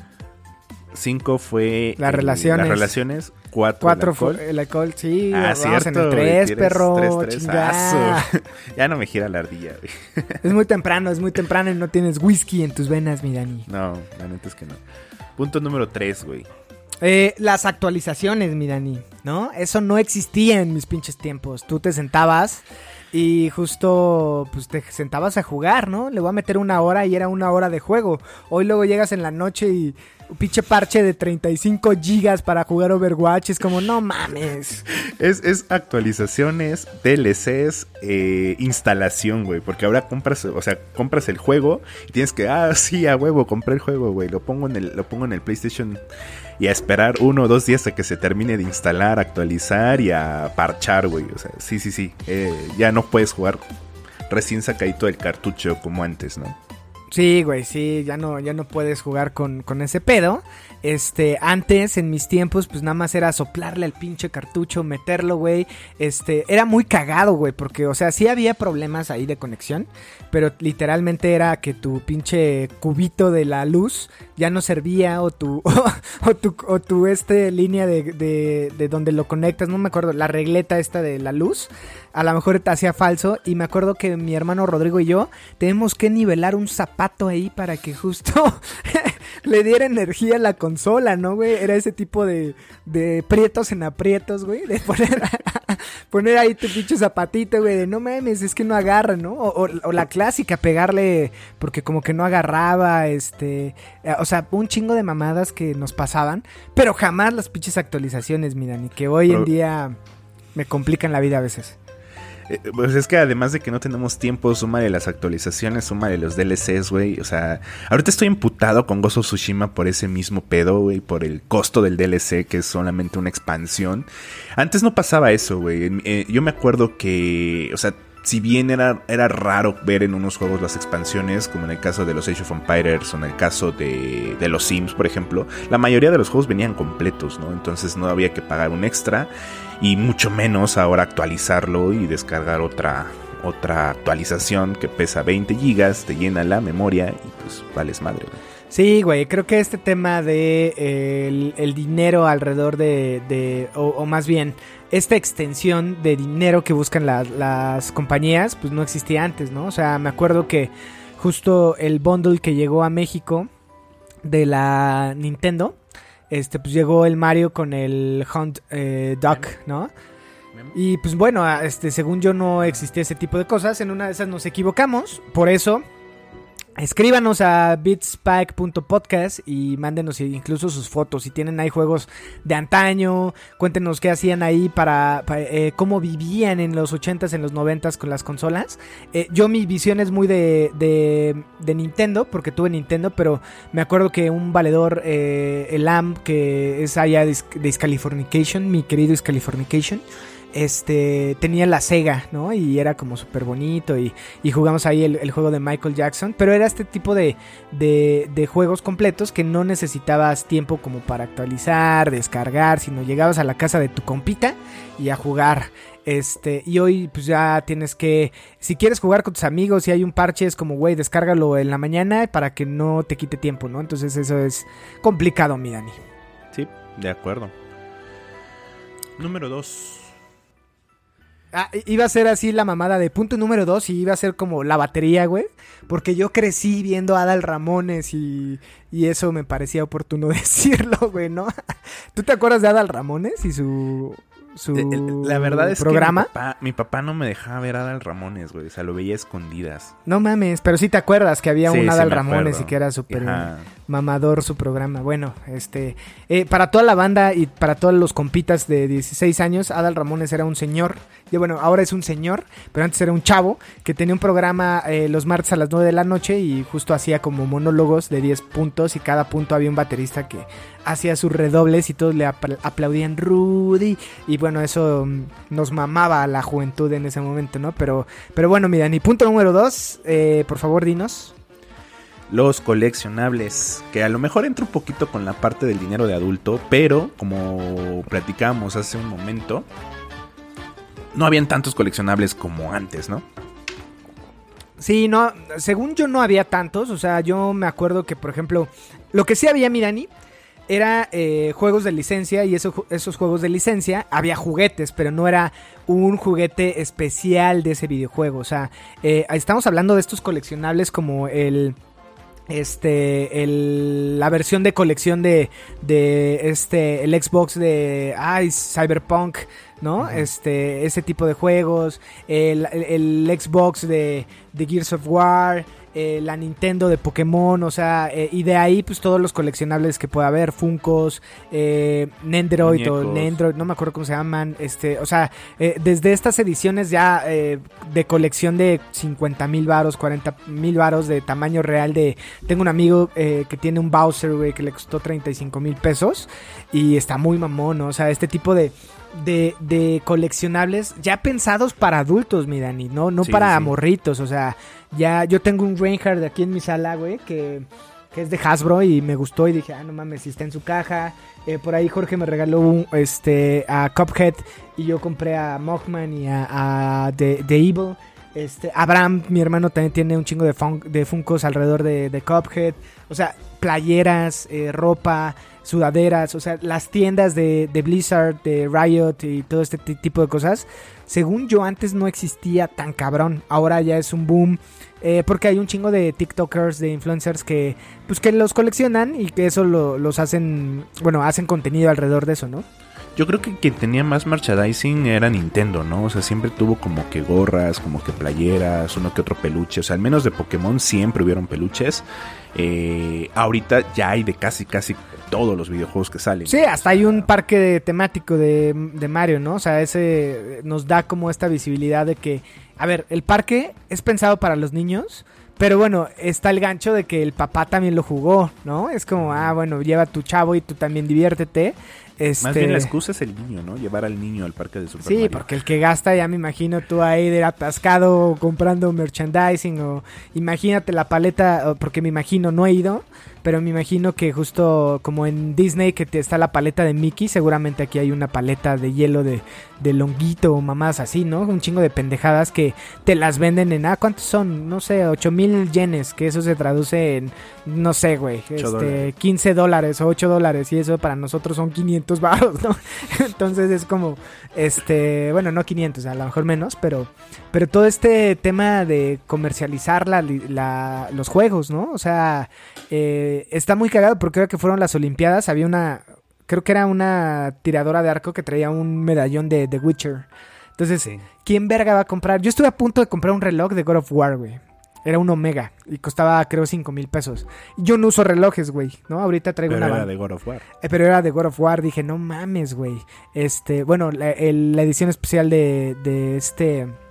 cinco fue... Las relaciones. Las relaciones. cuatro cuatro fue el alcohol, sí. Ah, vamos cierto, en el tres, perro. tres, tres, ah, ya no me gira la ardilla, güey. Es muy temprano, es muy temprano y no tienes whisky en tus venas, mi Dani. No, la neta es que no. Punto número tres, güey. Eh, las actualizaciones, mi Dani, ¿no? Eso no existía en mis pinches tiempos. Tú te sentabas y justo pues te sentabas a jugar, ¿no? Le voy a meter una hora y era una hora de juego. Hoy luego llegas en la noche y un pinche parche de treinta y cinco gigas para jugar Overwatch. Es como, no mames. Es, es actualizaciones, D L Cs, eh, instalación, güey. Porque ahora compras, o sea, compras el juego y tienes que, ah, sí, a huevo, compré el juego, güey. Lo pongo en el, lo pongo en el PlayStation y a esperar uno o dos días a que se termine de instalar, actualizar y a parchar, güey. O sea, sí, sí, sí. Eh, ya no puedes jugar recién sacadito del cartucho como antes, ¿no? Sí, güey, sí, ya no, ya no puedes jugar con, con ese pedo. Este, antes, en mis tiempos, pues nada más era soplarle al pinche cartucho, meterlo, güey. Este, era muy cagado, güey, porque, o sea, sí había problemas ahí de conexión, pero literalmente era que tu pinche cubito de la luz ya no servía, o tu, o, o tu, o tu, este, línea de, de, de donde lo conectas, no me acuerdo, la regleta esta de la luz, a lo mejor te hacía falso, y me acuerdo que mi hermano Rodrigo y yo tenemos que nivelar un zapato ahí para que justo le diera energía a la consola, ¿no, güey? Era ese tipo de, de prietos en aprietos, güey, de poner, poner ahí tu pinche zapatito, güey, de no mames, es que no agarra, ¿no? O, o, o la clásica, pegarle porque como que no agarraba, este, o sea, un chingo de mamadas que nos pasaban, pero jamás las pinches actualizaciones, mira, ni que hoy pero... en día me complican la vida a veces. Pues es que además de que no tenemos tiempo, súmale las actualizaciones, súmale los D L Cs, güey. O sea, ahorita estoy emputado con Ghost of Tsushima por ese mismo pedo, güey. Por el costo del D L C, que es solamente una expansión. Antes no pasaba eso, güey. Eh, yo me acuerdo que, o sea, si bien era, era raro ver en unos juegos las expansiones, como en el caso de los Age of Empires o en el caso de, de los Sims, por ejemplo, la mayoría de los juegos venían completos, ¿no? Entonces no había que pagar un extra. Y mucho menos ahora actualizarlo y descargar otra, otra actualización que pesa veinte gigas, te llena la memoria y pues vales madre, güey. Sí, güey, creo que este tema de eh, el, el dinero alrededor de, de o, o más bien, esta extensión de dinero que buscan la, las compañías, pues no existía antes, ¿no? O sea, me acuerdo que justo el bundle que llegó a México de la Nintendo, Este, pues llegó el Mario con el Hunt eh, Duck, ¿no? Y pues bueno, este, según yo no existía ese tipo de cosas. En una de esas nos equivocamos. Por eso, escríbanos a bitspike punto podcast y mándenos incluso sus fotos. Si tienen ahí juegos de antaño, cuéntenos qué hacían ahí para, para eh, cómo vivían en los ochentas, en los noventas con las consolas. Eh, yo mi visión es muy de, de, de Nintendo, porque tuve Nintendo, pero me acuerdo que un valedor, eh, el A M, que es allá de Discalifornication, mi querido Discalifornication, este, tenía la Sega, ¿no? Y era como súper bonito y, y jugamos ahí el, el juego de Michael Jackson, pero era este tipo de, de, de juegos completos que no necesitabas tiempo como para actualizar, descargar, sino llegabas a la casa de tu compita y a jugar. Este, y hoy pues ya tienes que, si quieres jugar con tus amigos y hay un parche, es como, güey, descárgalo en la mañana para que no te quite tiempo, ¿no? Entonces eso es complicado, mi Dani. Sí, de acuerdo. Número dos. Ah, iba a ser así la mamada de punto número dos y iba a ser como la batería, güey. Porque yo crecí viendo a Adal Ramones y, y eso me parecía oportuno decirlo, güey, ¿no? ¿Tú te acuerdas de Adal Ramones y su... su La verdad es programa? que mi papá, mi papá no me dejaba ver a Adal Ramones, güey. O sea, lo veía a escondidas. No mames, pero sí te acuerdas que había Sí, un sí Adal me Ramones acuerdo. y que era súper Ajá. mamador su programa. Bueno, este... Eh, para toda la banda y para todos los compitas de dieciséis años, Adal Ramones era un señor. Y bueno, ahora es un señor, pero antes era un chavo que tenía un programa eh, los martes a las nueve de la noche y justo hacía como monólogos de diez puntos y cada punto había un baterista que hacía sus redobles y todos le apl- aplaudían Rudy y bueno, eso mm, nos mamaba a la juventud en ese momento, ¿no? Pero, pero bueno, mi Dani, punto número dos, eh, por favor dinos. Los coleccionables, que a lo mejor entra un poquito con la parte del dinero de adulto, pero como platicábamos hace un momento, no habían tantos coleccionables como antes, ¿no? Sí, no, según yo no había tantos, o sea, yo me acuerdo que, por ejemplo, lo que sí había, mi Dani, era eh, juegos de licencia y eso, esos juegos de licencia había juguetes, pero no era un juguete especial de ese videojuego, o sea, eh, estamos hablando de estos coleccionables como el... Este, el, la versión de colección de, de este, el Xbox de, ay, Cyberpunk, ¿no? Uh-huh. Este, ese tipo de juegos, el, el, el Xbox de, de Gears of War, eh, la Nintendo de Pokémon, o sea, eh, y de ahí pues todos los coleccionables que pueda haber, Funkos, eh, Nendroid Muñecos. o Nendroid, no me acuerdo cómo se llaman, este, o sea, eh, desde estas ediciones ya eh, de colección de cincuenta mil varos, cuarenta mil varos de tamaño real de, tengo un amigo eh, que tiene un Bowser, güey, que le costó treinta y cinco mil pesos y está muy mamón, ¿no? O sea, este tipo de De, de coleccionables ya pensados para adultos, mi Dani, no, no sí, para sí. morritos, o sea, ya yo tengo un Reinhardt aquí en mi sala, güey, que, que es de Hasbro y me gustó y dije, ah, no mames, si está en su caja, eh, por ahí Jorge me regaló un, este, a Cuphead y yo compré a Mothman y a, a The, The Evil. Este, Abraham, mi hermano, también tiene un chingo de, fun- de Funkos alrededor de, de Cuphead. O sea, playeras, eh, ropa, sudaderas. O sea, las tiendas de, de Blizzard, de Riot y todo este t- tipo de cosas. Según yo, antes no existía tan cabrón. Ahora ya es un boom. Eh, porque hay un chingo de TikTokers, de influencers que, pues, que los coleccionan y que eso lo, los hacen, bueno, hacen contenido alrededor de eso, ¿no? Yo creo que quien tenía más merchandising era Nintendo, ¿no? O sea, siempre tuvo como que gorras, como que playeras, uno que otro peluche. O sea, al menos de Pokémon siempre hubieron peluches. Eh, ahorita ya hay de casi, casi todos los videojuegos que salen. Sí, hasta hay un parque de, temático de, de Mario, ¿no? O sea, ese nos da como esta visibilidad de que, a ver, el parque es pensado para los niños, pero bueno, está el gancho de que el papá también lo jugó, ¿no? Es como, ah, bueno, lleva a tu chavo y tú también diviértete. Este... Más bien la excusa es el niño, ¿no? Llevar al niño al parque de Super sí, Mario. Sí, porque el que gasta, ya me imagino tú ahí de atascado comprando merchandising o imagínate la paleta, porque me imagino, no he ido, pero me imagino que justo como en Disney que te está la paleta de Mickey, seguramente aquí hay una paleta de hielo de, de longuito o mamás así, ¿no? Un chingo de pendejadas que te las venden en, ah, ¿cuántos son? No sé, ocho mil yenes, que eso se traduce en, no sé, güey, este, quince dólares o ocho dólares y eso para nosotros son quinientos baros, ¿no? Entonces es como, este, bueno, no quinientos, a lo mejor menos, pero, pero todo este tema de comercializar la, la, los juegos, ¿no? O sea, eh, está muy cagado porque ahora que fueron las Olimpiadas había una, creo que era una tiradora de arco que traía un medallón de The Witcher. Entonces, sí. ¿Quién verga va a comprar? Yo estuve a punto de comprar un reloj de God of War, güey. Era un Omega y costaba creo cinco mil pesos. Yo no uso relojes, güey, ¿no? Ahorita traigo pero una... Pero era de God of War. Eh, pero era de God of War. Dije, no mames, güey. Este, bueno, la, el, la edición especial de, de este...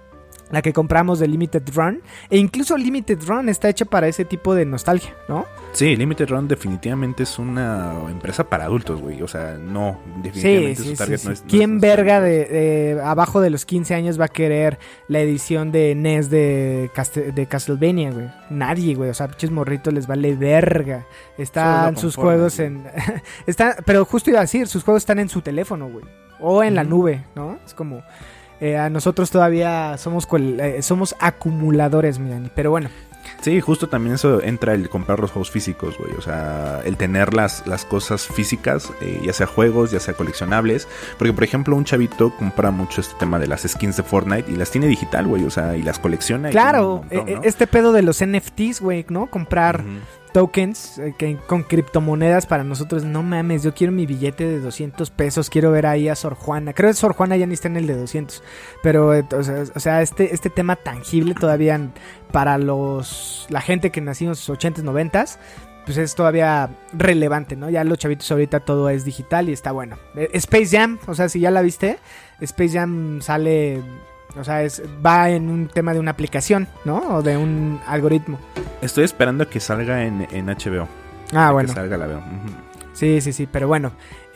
la que compramos de Limited Run. E incluso Limited Run está hecha para ese tipo de nostalgia, ¿no? Sí, Limited Run definitivamente es una empresa para adultos, güey. O sea, no, definitivamente sí, sí, su target sí, sí. no es... ¿Quién no es verga de, de abajo de los quince años va a querer la edición de N E S de, Castel- de Castlevania, güey? Nadie, güey. O sea, pinches morritos les vale verga. Están sus juegos en... están, pero justo iba a decir, sus juegos están en su teléfono, güey. O en la nube, ¿no? Es como... Eh, a nosotros todavía somos cual, eh, somos acumuladores, mi Dani, pero bueno. Sí, justo también eso entra el comprar los juegos físicos, güey. O sea, el tener las, las cosas físicas, eh, ya sea juegos, ya sea coleccionables. Porque, por ejemplo, un chavito compra mucho este tema de las skins de Fortnite y las tiene digital, güey. O sea, y las colecciona. Claro, y montón, ¿no? este pedo de los N F Ts, güey, ¿no? Comprar... Uh-huh. Tokens eh, que, con criptomonedas para nosotros, no mames, yo quiero mi billete de doscientos pesos, quiero ver ahí a Sor Juana, creo que Sor Juana ya ni está en el de doscientos, pero eh, o, sea, o sea, este, este tema tangible todavía para los la gente que nació en los ochentas, noventas, pues es todavía relevante, ¿no? Ya los chavitos ahorita todo es digital y está bueno. eh, Space Jam, o sea, si ya la viste, Space Jam sale... O sea, es, va en un tema de una aplicación, ¿no? O de un algoritmo. Estoy esperando a que salga en, en H B O. Ah, a bueno. Que salga la veo. Uh-huh. Sí, sí, sí, pero bueno.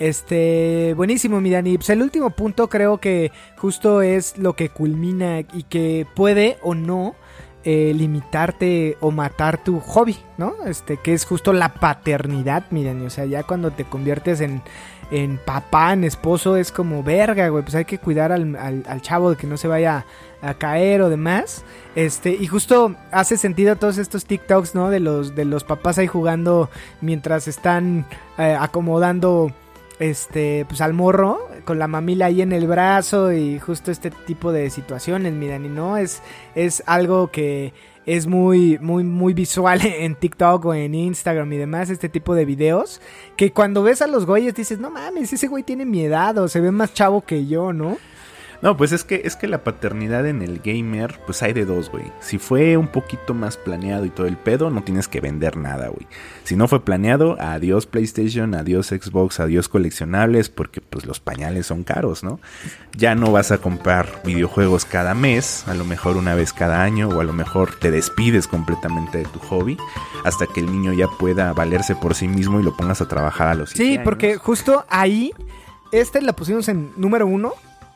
Este, buenísimo, mi Dani. Pues el último punto creo que justo es lo que culmina y que puede o no eh, limitarte o matar tu hobby, ¿no? Este, que es justo la paternidad, mi Dani. O sea, ya cuando te conviertes en... en papá, en esposo, es como verga, güey, pues hay que cuidar al, al, al chavo de que no se vaya a, a caer o demás, este, y justo hace sentido todos estos TikToks, ¿no? De los, de los papás ahí jugando mientras están eh, acomodando, este, pues al morro, con la mamila ahí en el brazo y justo este tipo de situaciones, miren, y no, es, es algo que... es muy, muy, muy visual en TikTok o en Instagram y demás, este tipo de videos, que cuando ves a los güeyes dices, no mames, ese güey tiene mi edad o se ve más chavo que yo, ¿no? No, pues es que es que la paternidad en el gamer, pues hay de dos, güey. Si fue un poquito más planeado y todo el pedo, no tienes que vender nada, güey. Si no fue planeado, adiós PlayStation, adiós Xbox, adiós coleccionables, porque pues los pañales son caros, ¿no? Ya no vas a comprar videojuegos cada mes, a lo mejor una vez cada año, o a lo mejor te despides completamente de tu hobby, hasta que el niño ya pueda valerse por sí mismo y lo pongas a trabajar a los siete Sí, años. porque justo ahí, este la pusimos en número uno,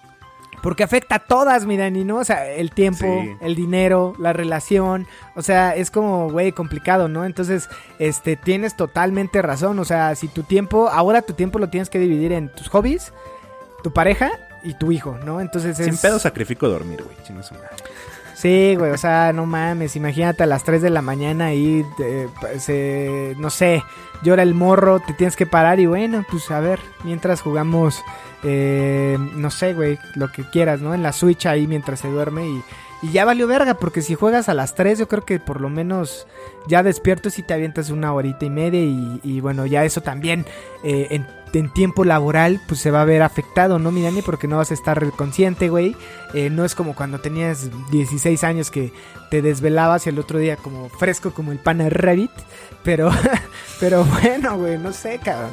porque afecta a todas, mi Dani, ¿no? O sea, el tiempo, Sí. el dinero, la relación, o sea, es como, güey, complicado, ¿no? Entonces, este, tienes totalmente razón, o sea, si tu tiempo, ahora tu tiempo lo tienes que dividir en tus hobbies, tu pareja y tu hijo, ¿no? Entonces es... Sin pedo sacrifico dormir, güey. Chinga su madre. Sí, güey, o sea, no mames, imagínate a las tres de la mañana ahí, eh, se, no sé, llora el morro, te tienes que parar y bueno, pues a ver, mientras jugamos, eh, no sé, güey, lo que quieras, ¿no? En la Switch ahí mientras se duerme y, y ya valió verga, porque si juegas a las tres yo creo que por lo menos ya despierto si te avientas una horita y media y, y bueno, ya eso también eh, en en tiempo laboral pues se va a ver afectado, ¿no, mi Dani? Porque no vas a estar consciente, güey. Eh, no es como cuando tenías dieciséis años que te desvelabas y el otro día como fresco como el pana Rabbit. Pero, pero bueno, güey, no sé, cabrón.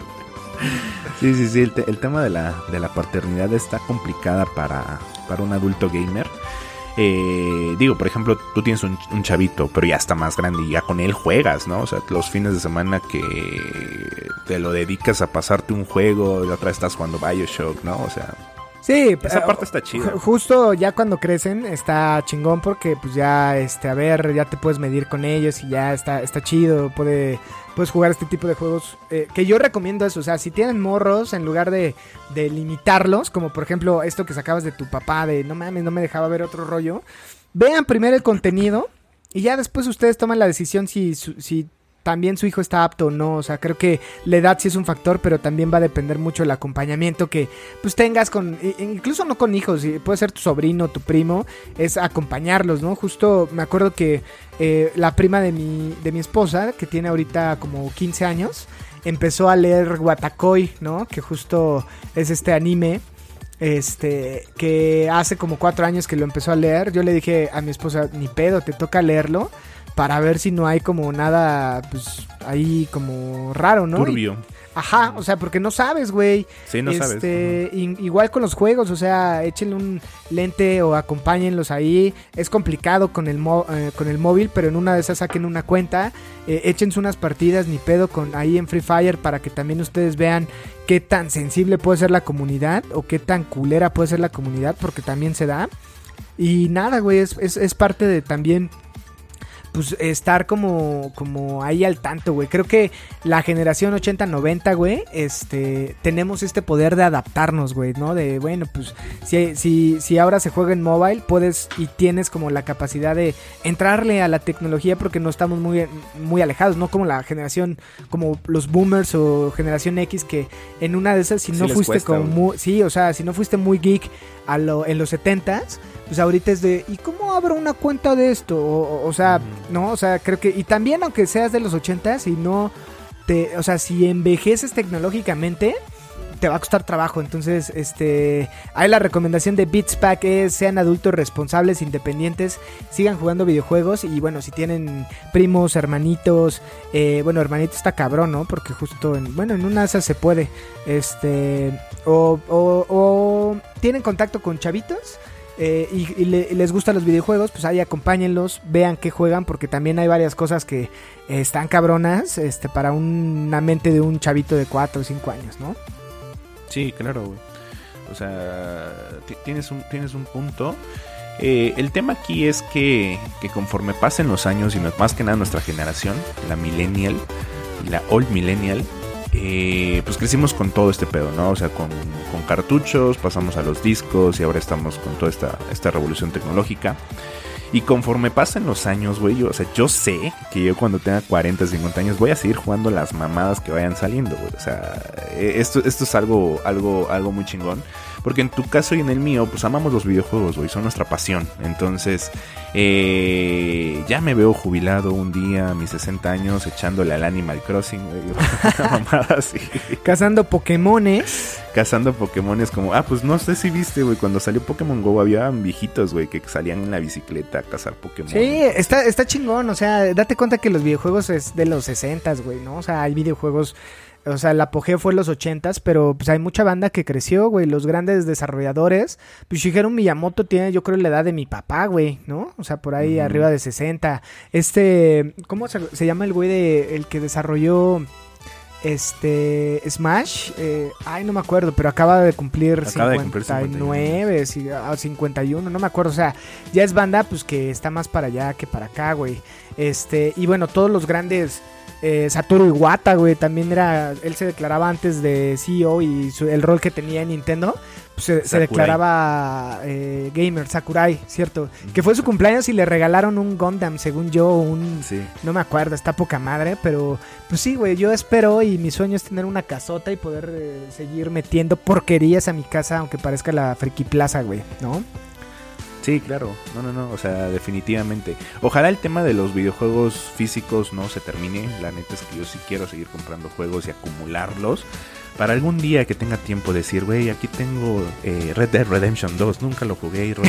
Sí, sí, sí, el, te- el tema de la, de la paternidad está complicada para, para un adulto gamer. Eh, digo, por ejemplo, tú tienes un, un chavito, pero ya está más grande y ya con él juegas, ¿no? O sea, los fines de semana que te lo dedicas a pasarte un juego y otra vez estás jugando BioShock, ¿no? O sea, Sí, esa eh, parte está chida. ju- Justo ya cuando crecen está chingón porque pues ya, este, a ver, ya te puedes medir con ellos y ya está, está chido, puede, puedes jugar este tipo de juegos, eh, que yo recomiendo eso, o sea, si tienen morros, en lugar de, de limitarlos, como por ejemplo esto que sacabas de tu papá, de no mames, no me dejaba ver otro rollo, vean primero el contenido y ya después ustedes toman la decisión si, su- si también su hijo está apto o no. O sea, creo que la edad sí es un factor, pero también va a depender mucho el acompañamiento que pues tengas con, incluso no con hijos, puede ser tu sobrino, tu primo, es acompañarlos, ¿no? Justo me acuerdo que eh, la prima de mi, de mi esposa, que tiene ahorita como quince años, empezó a leer Watakoi, ¿no? Que justo es este anime este que hace como cuatro años que lo empezó a leer. Yo le dije a mi esposa, ni pedo, te toca leerlo para ver si no hay como nada, pues, ahí como raro, ¿no? Turbio. Ajá, o sea, porque no sabes, güey. Sí, no sabes. Este, i- igual con los juegos, o sea, échenle un lente o acompáñenlos ahí. Es complicado con el mo- eh, con el móvil, pero en una de esas saquen una cuenta, eh, échense unas partidas ni pedo con ahí en Free Fire para que también ustedes vean qué tan sensible puede ser la comunidad o qué tan culera puede ser la comunidad, porque también se da. Y nada, güey, es, es, es parte de también pues estar como, como ahí al tanto, güey. Creo que la generación ochenta noventa, güey, este, tenemos este poder de adaptarnos, güey, ¿no? De, bueno, pues, si, si, si ahora se juega en mobile, puedes y tienes como la capacidad de entrarle a la tecnología porque no estamos muy, muy alejados, ¿no? Como la generación, como los boomers o generación X, que en una de esas, si Sí no les fuiste cuesta, como güey. muy, sí, o sea, si no fuiste muy geek a lo, en los setentas, pues ahorita es de, ¿y cómo abro una cuenta de esto? O, o, o sea, no, o sea, creo que, y también aunque seas de los ochentas y no te, o sea, si envejeces tecnológicamente, te va a costar trabajo. Entonces, este, ahí la recomendación de Beats Pack es: sean adultos responsables, independientes, sigan jugando videojuegos. Y bueno, si tienen primos, hermanitos, eh, bueno, hermanito está cabrón, ¿no? Porque justo en, bueno, en una de esas se puede, este, o, o, o tienen contacto con chavitos, Eh, y, y, le, y les gustan los videojuegos, pues ahí acompáñenlos, vean qué juegan, porque también hay varias cosas que eh, están cabronas, este, para un, una mente de un chavito de cuatro o cinco años, ¿no? Sí, claro, güey. O sea, t- tienes un, tienes un punto. Eh, el tema aquí es que, que conforme pasen los años, y no- más que nada nuestra generación, la millennial y la old millennial, eh, pues crecimos con todo este pedo, ¿no? O sea, con, con cartuchos, pasamos a los discos y ahora estamos con toda esta, esta revolución tecnológica. Y conforme pasen los años, güey, yo, o sea, yo sé que yo cuando tenga cuarenta, cincuenta años voy a seguir jugando las mamadas que vayan saliendo, güey. O sea, eh, esto, esto es algo, algo, algo muy chingón. Porque en tu caso y en el mío, pues amamos los videojuegos, güey, son nuestra pasión. Entonces, eh, ya me veo jubilado un día a mis sesenta años echándole al Animal Crossing, güey. Una mamada así. Cazando Pokémones. Cazando Pokémones como, ah, pues no sé si viste, güey, cuando salió Pokémon Go había viejitos, güey, que salían en la bicicleta a cazar Pokémon. Sí, está, está chingón, o sea, date cuenta que los videojuegos es de los sesentas, güey, ¿no? O sea, hay videojuegos, o sea, el apogeo fue en los ochentas, pero pues hay mucha banda que creció, güey, los grandes desarrolladores. Pues Shigeru Miyamoto tiene, yo creo, la edad de mi papá, güey, ¿no? O sea, por ahí Ujú. arriba de sesenta. Este, ¿cómo se, se llama el güey de, el que desarrolló este Smash? Eh, ay, no me acuerdo, pero acaba de cumplir Acaba de cumplir cincuenta y nueve, sí, ah, cincuenta y uno, no me acuerdo, o sea, ya es banda pues que está más para allá que para acá, güey. Este, y bueno, todos los grandes, eh, Satoru Iwata, güey, también era, él se declaraba antes de C E O y su- el rol que tenía en Nintendo, pues se, se Sakurai. declaraba eh, gamer, Sakurai, cierto, que fue su cumpleaños y le regalaron un Gundam, según yo, un... Sí. No me acuerdo, está poca madre, pero pues sí, güey, yo espero y mi sueño es tener una casota y poder eh, seguir metiendo porquerías a mi casa, aunque parezca la Friki Plaza, güey, ¿no? Sí, claro. No, no, no. O sea, definitivamente. Ojalá el tema de los videojuegos físicos no se termine. La neta es que yo sí quiero seguir comprando juegos y acumularlos. Para algún día que tenga tiempo de decir, güey, aquí tengo eh, Red Dead Redemption dos. Nunca lo jugué y Red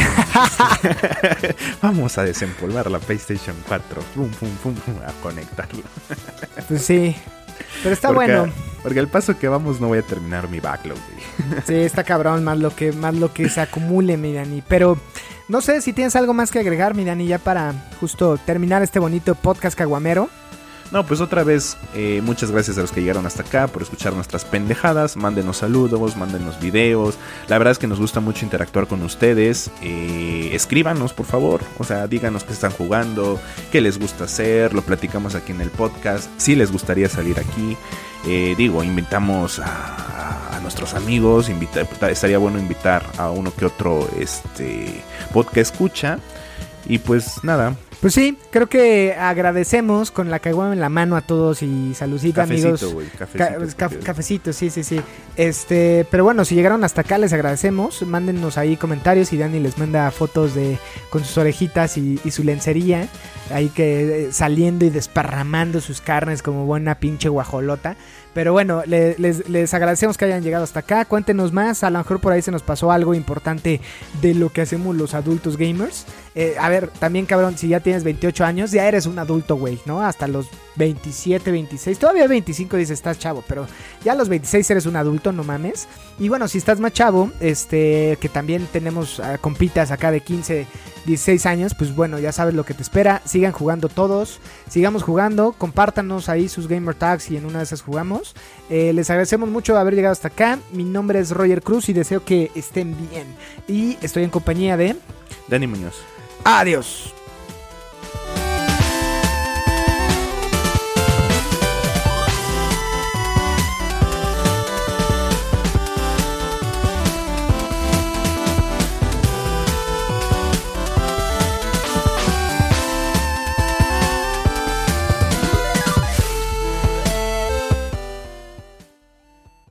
Dead- vamos a desempolvar la PlayStation cuatro. Pum, pum, pum, pum, a conectarlo. Pues sí, pero está Porque- bueno. Porque al paso que vamos no voy a terminar mi backlog, güey. Sí, está cabrón, más lo que, más lo que se acumule, mi Dani. Pero no sé si tienes algo más que agregar, mi Dani, ya para justo terminar este bonito podcast caguamero. No, pues otra vez, eh, muchas gracias a los que llegaron hasta acá por escuchar nuestras pendejadas. Mándenos saludos, mándenos videos. La verdad es que nos gusta mucho interactuar con ustedes. Eh, escríbanos, por favor. O sea, díganos qué están jugando, qué les gusta hacer. Lo platicamos aquí en el podcast. Si les gustaría salir aquí, eh, digo, invitamos a, a nuestros amigos. Invita, estaría bueno invitar a uno que otro este podcast escucha. Y pues nada. Pues sí, creo que agradecemos con la caguama en la mano a todos y saludcita, amigos. Cafecito, güey. Ca- Cafecito. ca- porque- cafecito, sí, sí, sí. Este, pero bueno, si llegaron hasta acá les agradecemos. Mándennos ahí comentarios y Dani les manda fotos de con sus orejitas y, y su lencería, ahí que eh, saliendo y desparramando sus carnes como buena pinche guajolota. Pero bueno, le, les, les agradecemos que hayan llegado hasta acá. Cuéntenos más, a lo mejor por ahí se nos pasó algo importante de lo que hacemos los adultos gamers. Eh, a ver, también cabrón, si ya tienes veintiocho años, ya eres un adulto, güey, ¿no? Hasta los veintisiete, veintiséis, todavía veinticinco dices, estás chavo, pero ya a los veintiséis eres un adulto, no mames. Y bueno, si estás más chavo, este, que también tenemos uh, compitas acá de quince, dieciséis años, pues bueno, ya sabes lo que te espera. Sigan jugando todos, sigamos jugando, compártanos ahí sus gamer tags y en una de esas jugamos. Eh, les agradecemos mucho haber llegado hasta acá. Mi nombre es Roger Cruz y deseo que estén bien. Y estoy en compañía de Dani Muñoz. Adiós.